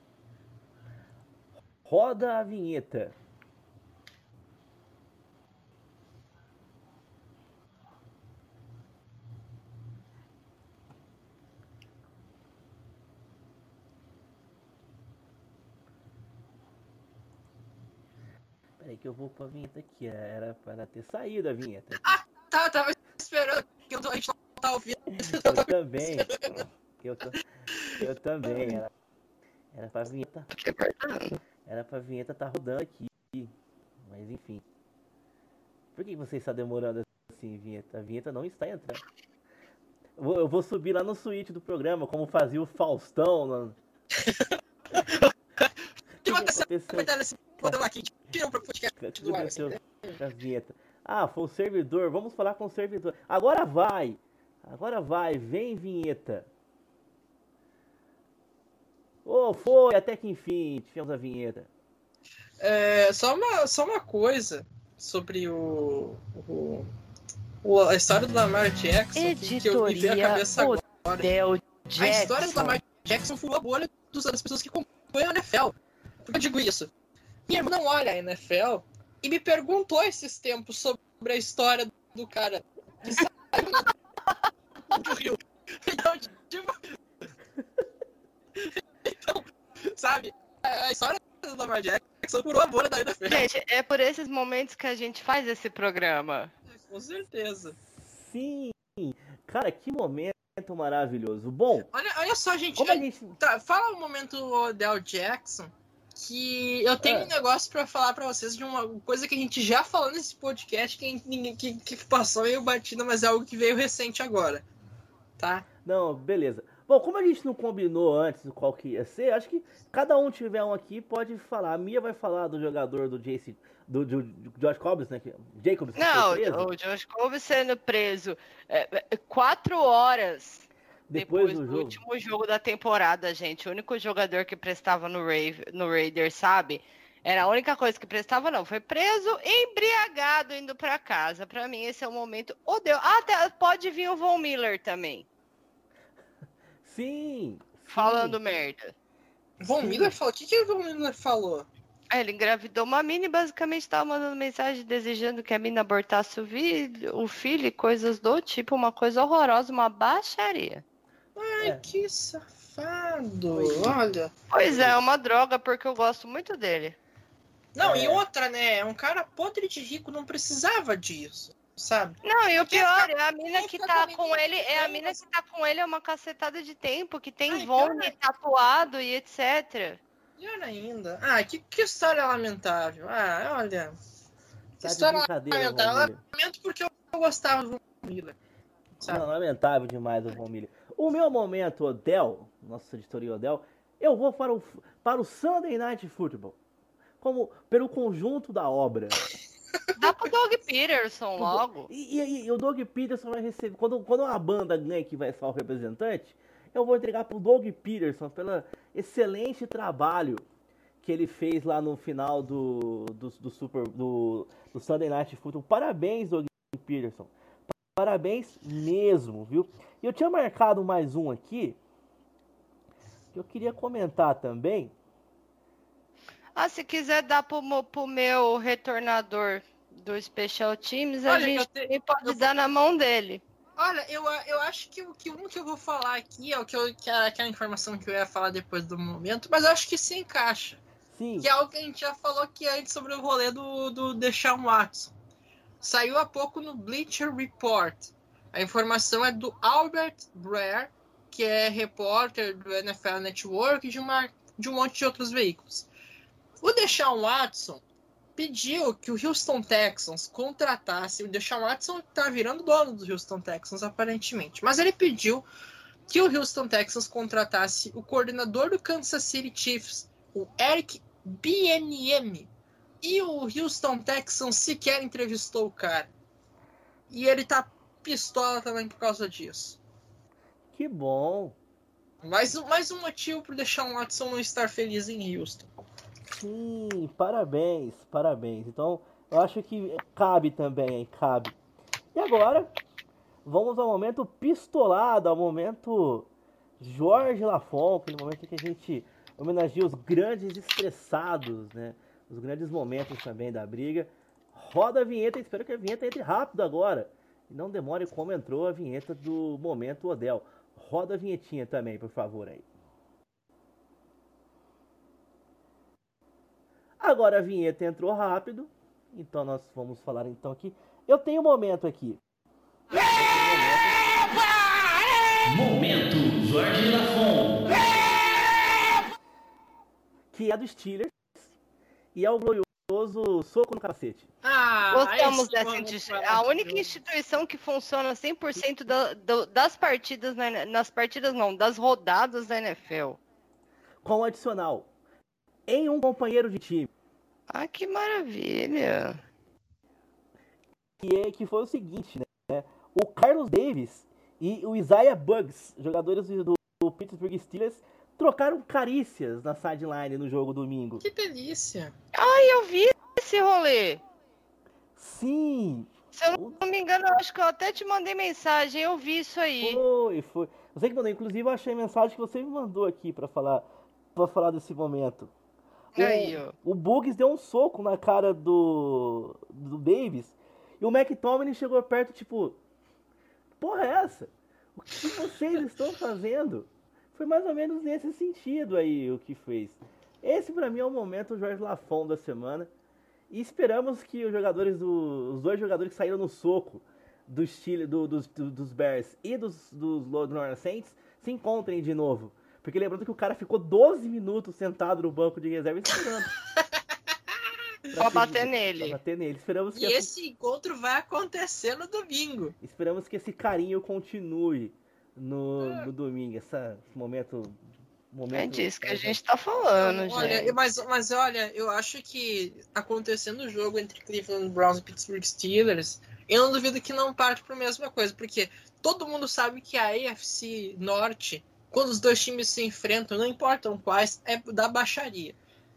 Roda a vinheta. Peraí que eu vou pra vinheta aqui. Era para ter saído a vinheta. Tava esperando que a gente não tá ouvindo. Eu também. Eu também. Era pra vinheta. Era pra vinheta tá rodando aqui. Mas enfim. Por que você está demorando assim, vinheta? A vinheta não está entrando. Eu vou subir lá no suíte do programa, como fazia o Faustão. O que aconteceu nesse botão aqui? Tira o podcast do ar. A vinheta. Foi o servidor. Vamos falar com o servidor. Agora vai. Vem, vinheta. Foi, até que enfim, tivemos a vinheta. Só uma coisa sobre a história do Lamar Jackson, que eu me veio a cabeça agora. A história do Lamar Jackson foi a bolha das pessoas que acompanham a NFL. Por que eu digo isso? Minha irmã não olha a NFL e me perguntou esses tempos sobre a história do cara que saiu do Rio. Então, sabe, a história do Lamar Jackson furou a bolha da NFL. Gente, é por esses momentos que a gente faz esse programa. Com certeza. Sim. Cara, que momento maravilhoso. Bom, olha só, gente. Fala um momento do Odell Jackson, que eu tenho um negócio pra falar pra vocês de uma coisa que a gente já falou nesse podcast, que passou meio batida, mas é algo que veio recente agora. Tá? Não, beleza. Bom, como a gente não combinou antes qual que ia ser, acho que cada um tiver um aqui pode falar. A Mia vai falar do jogador do Josh Cobbs, né? Jacobs. Não, o Josh Cobbs sendo preso 4 horas depois do último jogo da temporada, gente. O único jogador que prestava no Raiders, sabe? Era a única coisa que prestava, não. Foi preso, embriagado, indo pra casa. Pra mim, esse é o momento. Até pode vir o Von Miller também. Sim. Falando merda. Von Miller falou? O que o Von Miller falou? Ele engravidou uma mina e basicamente tava mandando mensagem desejando que a mina abortasse o filho e coisas do tipo, uma coisa horrorosa, uma baixaria. Ai, que safado. Pois é. Olha. Pois é, uma droga, porque eu gosto muito dele. Não, e outra, né? É um cara podre de rico, não precisava disso, sabe? Não, e o Porque pior, fica- é a mina que fica tá com com ele, é a ninguém, mina que tá com ele há uma cacetada de tempo, que tem Ai, Vone tatuado e etc. Pior ainda. Ah, que história lamentável. Ah, olha. Que Tá de história brincadeira, lamentável. Von Miller. Lamento porque eu gostava do Von Miller. Sabe? Não, lamentável demais o Von Miller. O meu momento, Odell, nosso editoria Odell, eu vou para o Sunday Night Football. Como pelo conjunto da obra. Dá pro Doug Peterson logo. E o Doug Peterson vai receber. Quando a banda ganha que vai ser o representante, eu vou entregar pro Doug Peterson pelo excelente trabalho que ele fez lá no final do Sunday Night Football. Parabéns, Doug Peterson. Parabéns mesmo, viu? E eu tinha marcado mais um aqui que eu queria comentar também. Ah, se quiser dar pro meu retornador do Special Teams, a Olha, gente também pode dar na mão dele. Olha, eu acho que um que eu vou falar aqui é o que é aquela informação que eu ia falar depois do momento, mas eu acho que se encaixa. Sim. Que é algo que a gente já falou aqui antes sobre o rolê do Deshaun Watson. Saiu há pouco no Bleacher Report. A informação é do Albert Breer, que é repórter do NFL Network e de um monte de outros veículos. O Deshaun Watson pediu que o Houston Texans contratasse... O Deshaun Watson tá virando dono do Houston Texans, aparentemente. Mas ele pediu que o Houston Texans contratasse o coordenador do Kansas City Chiefs, o Eric Bieniemy. E o Houston Texans sequer entrevistou o cara. E ele tá pistola também por causa disso. Que bom. Mais um motivo pro Deshaun Watson não estar feliz em Houston. Sim, parabéns. Então, eu acho que cabe também, cabe. E agora, vamos ao momento pistolado, ao momento Jorge Lafon, aquele momento em que a gente homenageia os grandes estressados, né? Os grandes momentos também da briga. Roda a vinheta, espero que a vinheta entre rápido agora. E não demore como entrou a vinheta do momento Odell. Roda a vinhetinha também, por favor, aí. Agora a vinheta entrou rápido, então nós vamos falar então aqui. Eu tenho um momento aqui. Momento Jorge Lafon. Que é do Steelers e é o glorioso soco no capacete. Gostamos dessa a única instituição que funciona 100% das partidas, nas partidas não, das rodadas da NFL. Com adicional. Em um companheiro de time. Ah, que maravilha. Que foi o seguinte, né? O Carlos Davis e o Isaiah Buggs, jogadores do Pittsburgh Steelers, trocaram carícias na sideline no jogo domingo. Que delícia. Ai, eu vi esse rolê. Sim. Se eu não me engano, eu acho que eu até te mandei mensagem, eu vi isso aí. Foi. Você que mandou, inclusive eu achei a mensagem que você me mandou aqui pra falar desse momento. Aí, ó. O Buggs deu um soco na cara do Davis e o McTominay chegou perto, tipo, porra é essa? O que vocês estão fazendo? Foi mais ou menos nesse sentido aí o que fez. Esse pra mim é o momento Jorge Lafon da semana. E esperamos que os dois jogadores que saíram no soco dos Bears e dos New Orleans Saints se encontrem de novo. Porque lembrando que o cara ficou 12 minutos sentado no banco de reserva esperando. Pra bater nele. Esperamos que esse encontro vai acontecer no domingo. Esperamos que esse carinho continue no domingo. Esse momento. É disso que a gente tá falando, olha, gente. Mas olha, eu acho que acontecendo o jogo entre Cleveland Browns e Pittsburgh Steelers, eu não duvido que não parte para a mesma coisa, porque todo mundo sabe que a AFC Norte, quando os dois times se enfrentam, não importam quais, é da baixaria.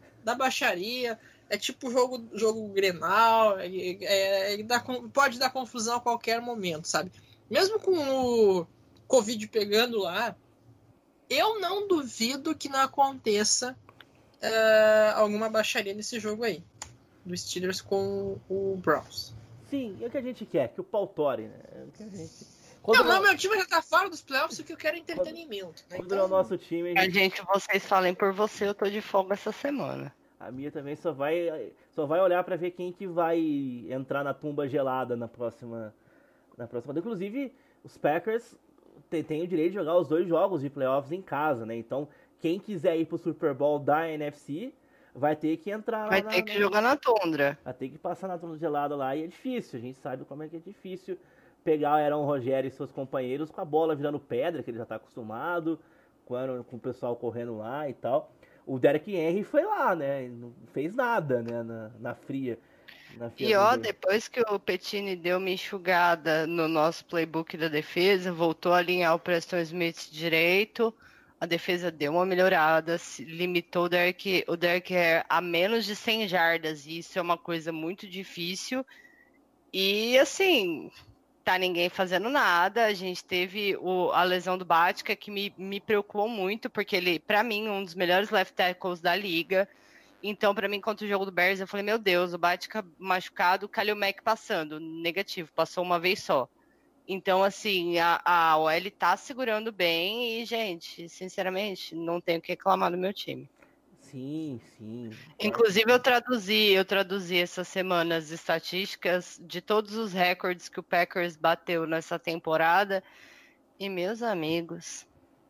É tipo jogo Grenal, pode dar confusão a qualquer momento, sabe? Mesmo com o Covid pegando lá, eu não duvido que não aconteça alguma baixaria nesse jogo aí. Do Steelers com o Browns. Sim, é o que a gente quer, que o pau tore, né? É o que a gente... Meu time já tá fora dos playoffs, o que eu quero é entretenimento. Né? Quando é o nosso time... Vocês falem por você, eu tô de folga essa semana. A minha também só vai olhar pra ver quem que vai entrar na tumba gelada na próxima. Inclusive, os Packers têm o direito de jogar os 2 jogos de playoffs em casa, né? Então, quem quiser ir pro Super Bowl da NFC vai ter que entrar lá. Vai ter que jogar na tundra. Vai ter que passar na tundra gelada lá, e é difícil. A gente sabe como é que é difícil pegar o Aaron Rodgers e seus companheiros com a bola virando pedra, que ele já tá acostumado, com o pessoal correndo lá e tal. O Derrick Henry foi lá, né? Não fez nada, né? Na fria. E depois que o Pettine deu uma enxugada no nosso playbook da defesa, voltou a alinhar o Preston Smith direito, a defesa deu uma melhorada, limitou o Derrick Henry a menos de 100 jardas, e isso é uma coisa muito difícil. E, assim, tá ninguém fazendo nada. A gente teve a lesão do Batica, que me preocupou muito, porque ele, pra mim, um dos melhores left tackles da liga. Então, pra mim, contra o jogo do Bears, eu falei, meu Deus, o Batica machucado, o Khalil Mack passando. Negativo, passou uma vez só. Então, assim, a OL tá segurando bem e, gente, sinceramente, não tenho o que reclamar do meu time. Sim. Inclusive, eu traduzi essa semana as estatísticas de todos os recordes que o Packers bateu nessa temporada. E, meus amigos...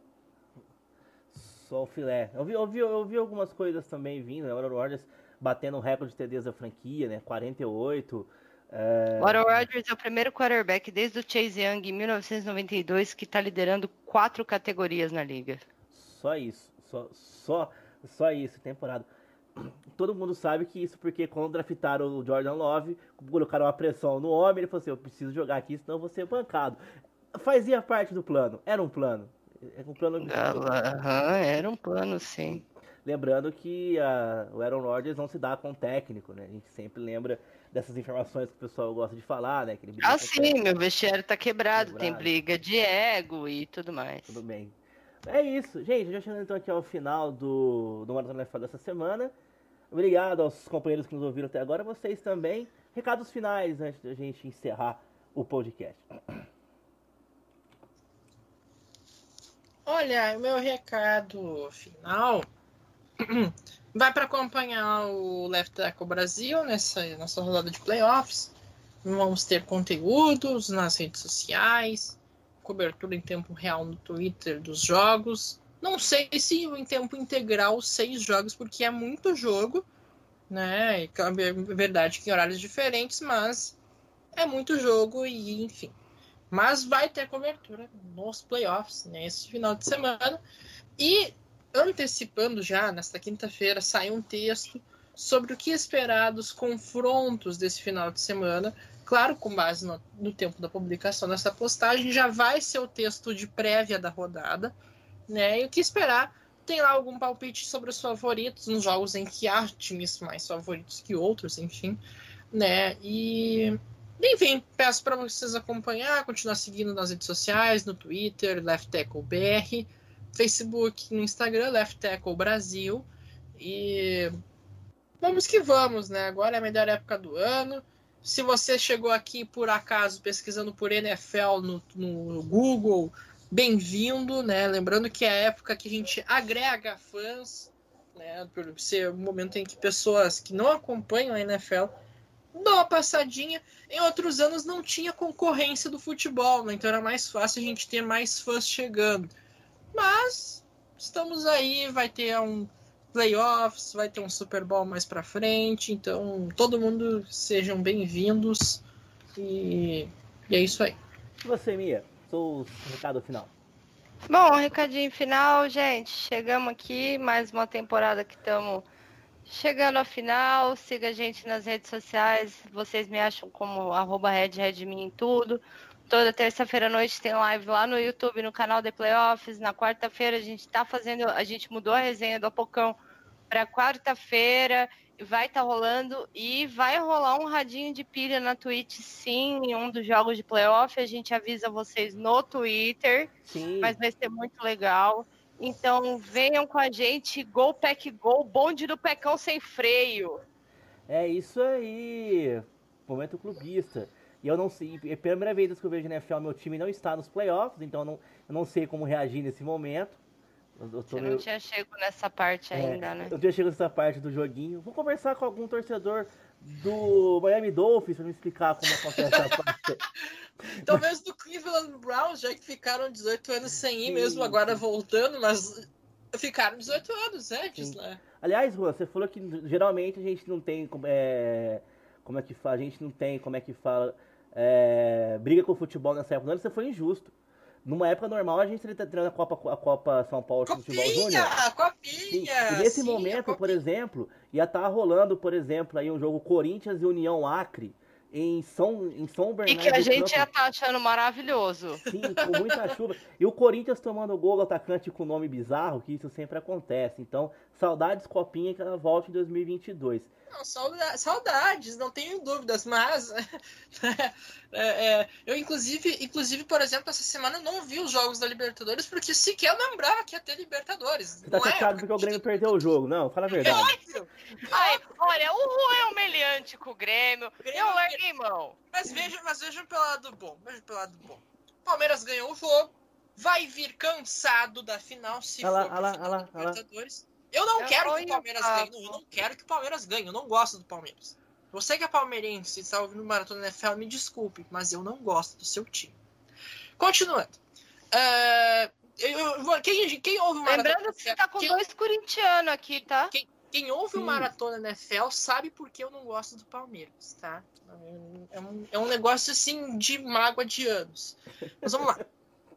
Só o filé. Eu vi algumas coisas também vindo, né? O Aaron Rodgers batendo o recorde de TDs da franquia, né? 48. O Aaron Rodgers é o primeiro quarterback desde o Chase Young em 1992 que tá liderando 4 categorias na liga. Só isso. Só isso, temporada. Todo mundo sabe que isso porque quando draftaram o Jordan Love, colocaram uma pressão no homem, ele falou assim, eu preciso jogar aqui, senão eu vou ser bancado. Fazia parte do plano, era um plano. Era um plano, sim. Lembrando que o Aaron Rodgers não se dá com o técnico, né? A gente sempre lembra dessas informações que o pessoal gosta de falar, né? Que ele sim, meu vestiário tá quebrado, tem briga de ego e tudo mais. Tudo bem. É isso, gente, já chegando então aqui ao final do Maratona NFL dessa semana. Obrigado aos companheiros que nos ouviram até agora, vocês também. Recados finais antes da gente encerrar o podcast. Olha, meu recado final vai para acompanhar o Left Tackle Brasil nessa nossa rodada de playoffs. Vamos ter conteúdos nas redes sociais, cobertura em tempo real no Twitter dos jogos. Não sei se em tempo integral 6 jogos, porque é muito jogo, né? É verdade que em horários diferentes, mas é muito jogo e enfim. Mas vai ter cobertura nos playoffs nesse final de semana. E antecipando já, nesta quinta-feira, sai um texto sobre o que esperar dos confrontos desse final de semana. Claro, com base no tempo da publicação dessa postagem, já vai ser o texto de prévia da rodada, né? E o que esperar? Tem lá algum palpite sobre os favoritos, nos jogos em que há times mais favoritos que outros, enfim, né? E... enfim, peço para vocês acompanhar, continuar seguindo nas redes sociais, no Twitter, Left Tackle BR, Facebook, no Instagram, Left Tackle Brasil. E vamos que vamos, né? Agora é a melhor época do ano. Se você chegou aqui por acaso pesquisando por NFL no Google, bem-vindo, né? Lembrando que é a época que a gente agrega fãs, né? Por ser um momento em que pessoas que não acompanham a NFL dão uma passadinha. Em outros anos não tinha concorrência do futebol, né? Então era mais fácil a gente ter mais fãs chegando. Mas estamos aí, vai ter um playoffs, vai ter um Super Bowl mais pra frente, então todo mundo sejam bem-vindos e é isso aí. E você, Mia? Seu recado final. Bom, recadinho final, gente. Chegamos aqui, mais uma temporada que estamos chegando ao final. Siga a gente nas redes sociais. Vocês me acham como @redredmin em tudo. Toda terça-feira à noite tem live lá no YouTube, no canal The Playoffs. Na quarta-feira a gente mudou a resenha do Apocão para quarta-feira. Vai estar rolando e vai rolar um radinho de pilha na Twitch, sim, em um dos jogos de playoff. A gente avisa vocês no Twitter, Sim. mas vai ser muito legal. Então venham com a gente, gol, pack, gol, bonde do pecão sem freio. É isso aí, momento clubista. E eu não sei, é a primeira vez que eu vejo NFL, meu time não está nos playoffs, então eu não sei como reagir nesse momento. Você não tinha chego nessa parte ainda, né? Eu tinha chegado nessa parte do joguinho. Vou conversar com algum torcedor do Miami Dolphins para me explicar como acontece essa parte. Talvez do Cleveland Browns, já que ficaram 18 anos sem ir, mesmo agora voltando, mas ficaram 18 anos antes, né? Aliás, Juan, você falou que geralmente a gente não tem como é que fala, a gente não tem como é que fala briga com o futebol nessa época. Não, você foi injusto. Numa época normal a gente estaria treinando a Copa São Paulo de Futebol Júnior. Copinha! E nesse momento, por exemplo, ia estar rolando, por exemplo, aí um jogo Corinthians e União Acre em São Bernardo. E que a gente já tá achando maravilhoso. Sim, com muita chuva. E o Corinthians tomando gol do atacante com nome bizarro, que isso sempre acontece. Então, saudades Copinha, que ela volte em 2022. Não, saudades, não tenho dúvidas, mas eu inclusive, por exemplo, essa semana eu não vi os jogos da Libertadores porque sequer lembrava que ia ter Libertadores. Você tá chateado porque o Grêmio perdeu o jogo? Não, fala a verdade. Ai, olha, o Juan é humilhante com o Grêmio. Eu larguei mão. Mas vejam pelo lado bom. Palmeiras ganhou o jogo, vai vir cansado da final se for pra Libertadores. Eu não quero que o Palmeiras ganhe. Eu não quero que o Palmeiras ganhe. Eu não gosto do Palmeiras. Você que é palmeirense e está ouvindo o Maratona NFL, me desculpe, mas eu não gosto do seu time. Continuando. Quem ouve o Maratona Lembrando que você tá com 2 corintianos aqui, tá? Quem ouve o Maratona NFL sabe por que eu não gosto do Palmeiras, tá? É um negócio assim de mágoa de anos. Mas vamos lá.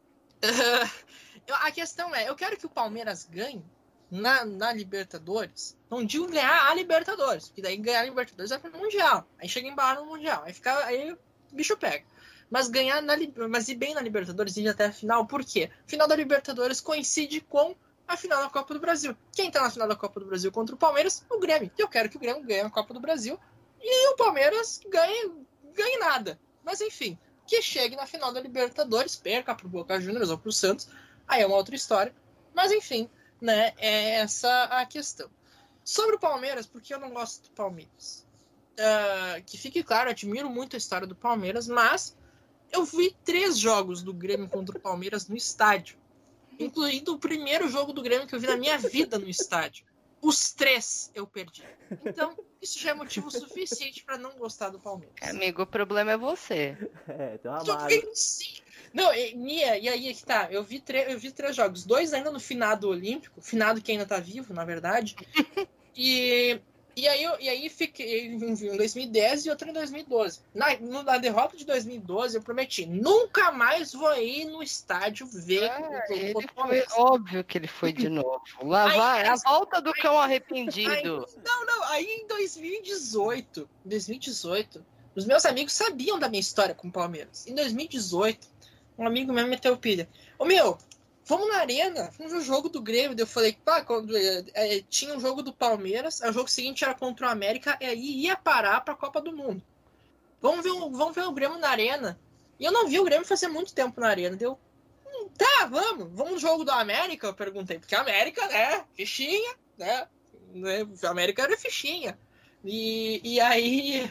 A questão é, eu quero que o Palmeiras ganhe na Libertadores. Não digo ganhar a Libertadores, porque daí ganhar a Libertadores é pro Mundial. Aí chega embaixo no Mundial. Aí o bicho pega. Mas mas ir bem na Libertadores e ir até a final, por quê? A final da Libertadores coincide com a final da Copa do Brasil. Quem tá na final da Copa do Brasil contra o Palmeiras? O Grêmio. Eu quero que o Grêmio ganhe a Copa do Brasil e o Palmeiras ganhe nada. Mas enfim, que chegue na final da Libertadores, perca pro Boca Juniors ou pro Santos, aí é uma outra história. Mas enfim, né, é essa a questão. Sobre o Palmeiras, porque eu não gosto do Palmeiras? Que fique claro, eu admiro muito a história do Palmeiras, mas eu vi 3 jogos do Grêmio contra o Palmeiras no estádio, incluindo o primeiro jogo do Grêmio que eu vi na minha vida no estádio. Os 3 eu perdi. Então, isso já é motivo suficiente para não gostar do Palmeiras. Amigo, o problema é você. Tem uma mágoa. Não, e aí que tá. Eu vi 3 jogos. 2 ainda no finado olímpico. Finado que ainda tá vivo, na verdade. E aí fiquei em 2010 e outro em 2012. Na derrota de 2012, eu prometi, nunca mais vou ir no estádio ver o óbvio que ele foi de novo. Lá vai, a volta do cão arrependido. Aí em 2018, os meus amigos sabiam da minha história com o Palmeiras. Em 2018, um amigo meu meteu pilha. Vamos na arena, vamos ver o jogo do Grêmio. Eu falei, quando tinha um jogo do Palmeiras, o jogo seguinte era contra o América, e aí ia parar pra Copa do Mundo. Vamos ver o Grêmio na arena. E eu não vi o Grêmio fazia muito tempo na arena. Tá, vamos no jogo do América, eu perguntei, porque a América, né, fichinha, né, a América era fichinha. E aí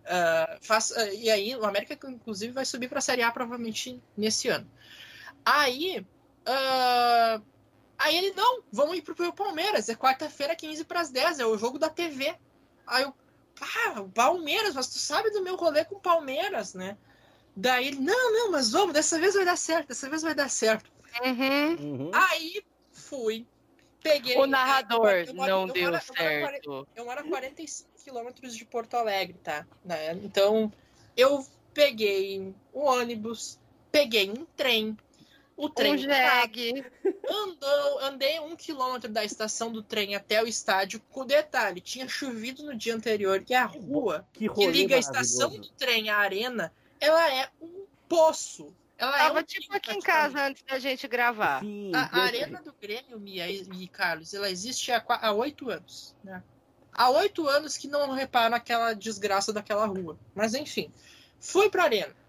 o América, inclusive, vai subir pra Série A provavelmente nesse ano. Aí ele, não, vamos ir pro Palmeiras, é quarta-feira, 15:10, é o jogo da TV. Aí eu, Palmeiras, mas tu sabe do meu rolê com o Palmeiras, né? Daí ele, não, mas vamos, dessa vez vai dar certo. Uhum. Aí fui, peguei... O narrador não deu certo. Eu moro a 45 quilômetros de Porto Alegre, tá? Então, eu peguei um ônibus, peguei um trem, o trem andei 1 quilômetro da estação do trem até o estádio. Com detalhe, tinha chovido no dia anterior e a rua que liga a estação do trem à arena, ela é um poço. Tava tipo aqui em casa antes da gente gravar. Sim, a arena do Grêmio, Mia e Carlos, ela existe há 8 anos, né? Há 8 anos que não reparam naquela desgraça daquela rua. Mas enfim, fui pra arena.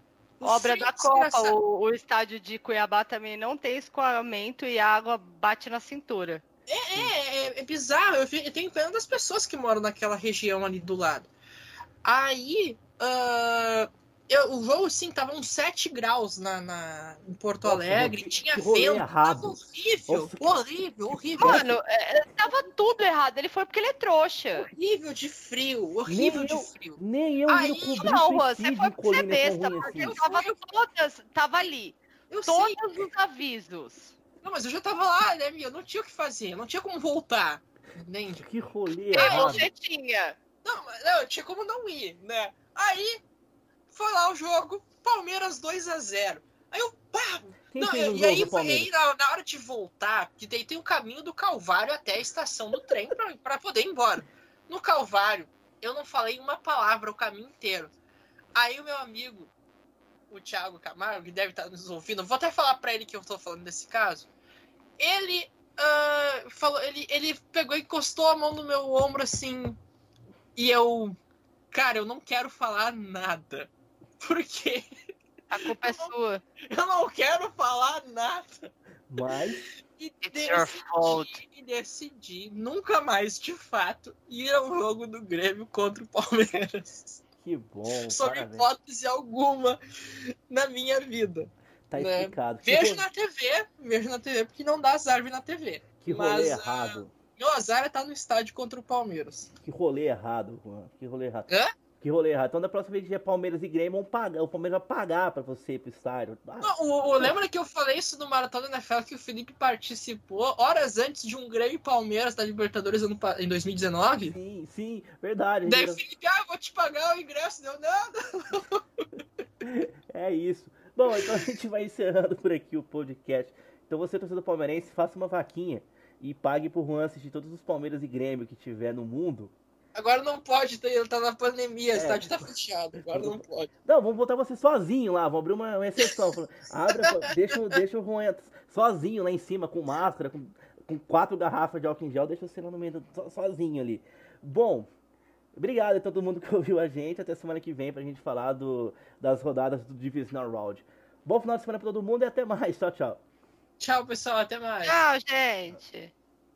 Obra frio da Copa, desgraçado. o estádio de Cuiabá também não tem escoamento e a água bate na cintura. É bizarro. Eu tenho pena das pessoas que moram naquela região ali do lado. Aí, o jogo, sim, tava uns 7 graus em Porto Nossa, Alegre. que Tinha rolê vento. errado. Tava horrível. Nossa, Horrível. Mano, tava tudo errado. Ele foi porque ele é trouxa. Horrível de frio. Nem eu Aí, indo cobrir Não, Juan, você suicídio foi em porque você é colina é tão besta, ruim porque assim. tava ali. eu sei. Todos os avisos. Não, mas eu já tava lá, né, meu? Eu não tinha o que fazer. Não tinha como voltar. Entende? Que rolê E errado. você tinha. Não, eu tinha como não ir, né? Aí, foi lá o jogo. Palmeiras 2-0. Aí eu, pá! Quem Não, fez os e gols aí, do Palmeiras? na hora de voltar, que tem o caminho do Calvário até a estação do trem pra poder ir embora. No Calvário, eu não falei uma palavra o caminho inteiro. Aí o meu amigo, o Thiago Camargo, que deve estar nos ouvindo, eu vou até falar pra ele que eu tô falando desse caso. Ele falou, ele pegou e encostou a mão no meu ombro assim, e eu, cara, eu não quero falar nada. Porque A culpa é sua. eu não quero falar nada. Mas, E It's your fault. decidi nunca mais, de fato, ir ao jogo do Grêmio contra o Palmeiras. que bom, Sob parabéns. hipótese alguma na minha vida. Tá né? explicado. Vejo na TV, porque não dá azar vir na TV. Que rolê Mas errado. meu azar é estar no estádio contra o Palmeiras. Que rolê errado, Juan. Que rolê errado. Hã? Que rolê errado. Então da próxima vez que tiver Palmeiras e Grêmio, vão pagar. O Palmeiras vai pagar pra você ir pro estádio. Ah, Não, lembra que eu falei isso no Maratona NFL, que o Felipe participou horas antes de um Grêmio e Palmeiras da Libertadores em 2019? sim, verdade. Daí o Felipe, eu vou te pagar o ingresso. Deu nada. É isso. Bom, então a gente vai encerrando por aqui o podcast. Então você, torcedor palmeirense, faça uma vaquinha e pague por Juan assistir todos os Palmeiras e Grêmio que tiver no mundo. Agora não pode, ele tá na pandemia, o estádio tá fechado, agora não pode. Não, vamos botar você sozinho lá, vamos abrir uma exceção. Deixa o Juan sozinho lá em cima, com máscara, com 4 garrafas de álcool em gel, deixa você lá no meio, sozinho ali. Bom, obrigado a todo mundo que ouviu a gente, até semana que vem pra gente falar das rodadas do Divisional Round. Bom final de semana pra todo mundo e até mais, tchau. Tchau, pessoal, até mais. Tchau, gente.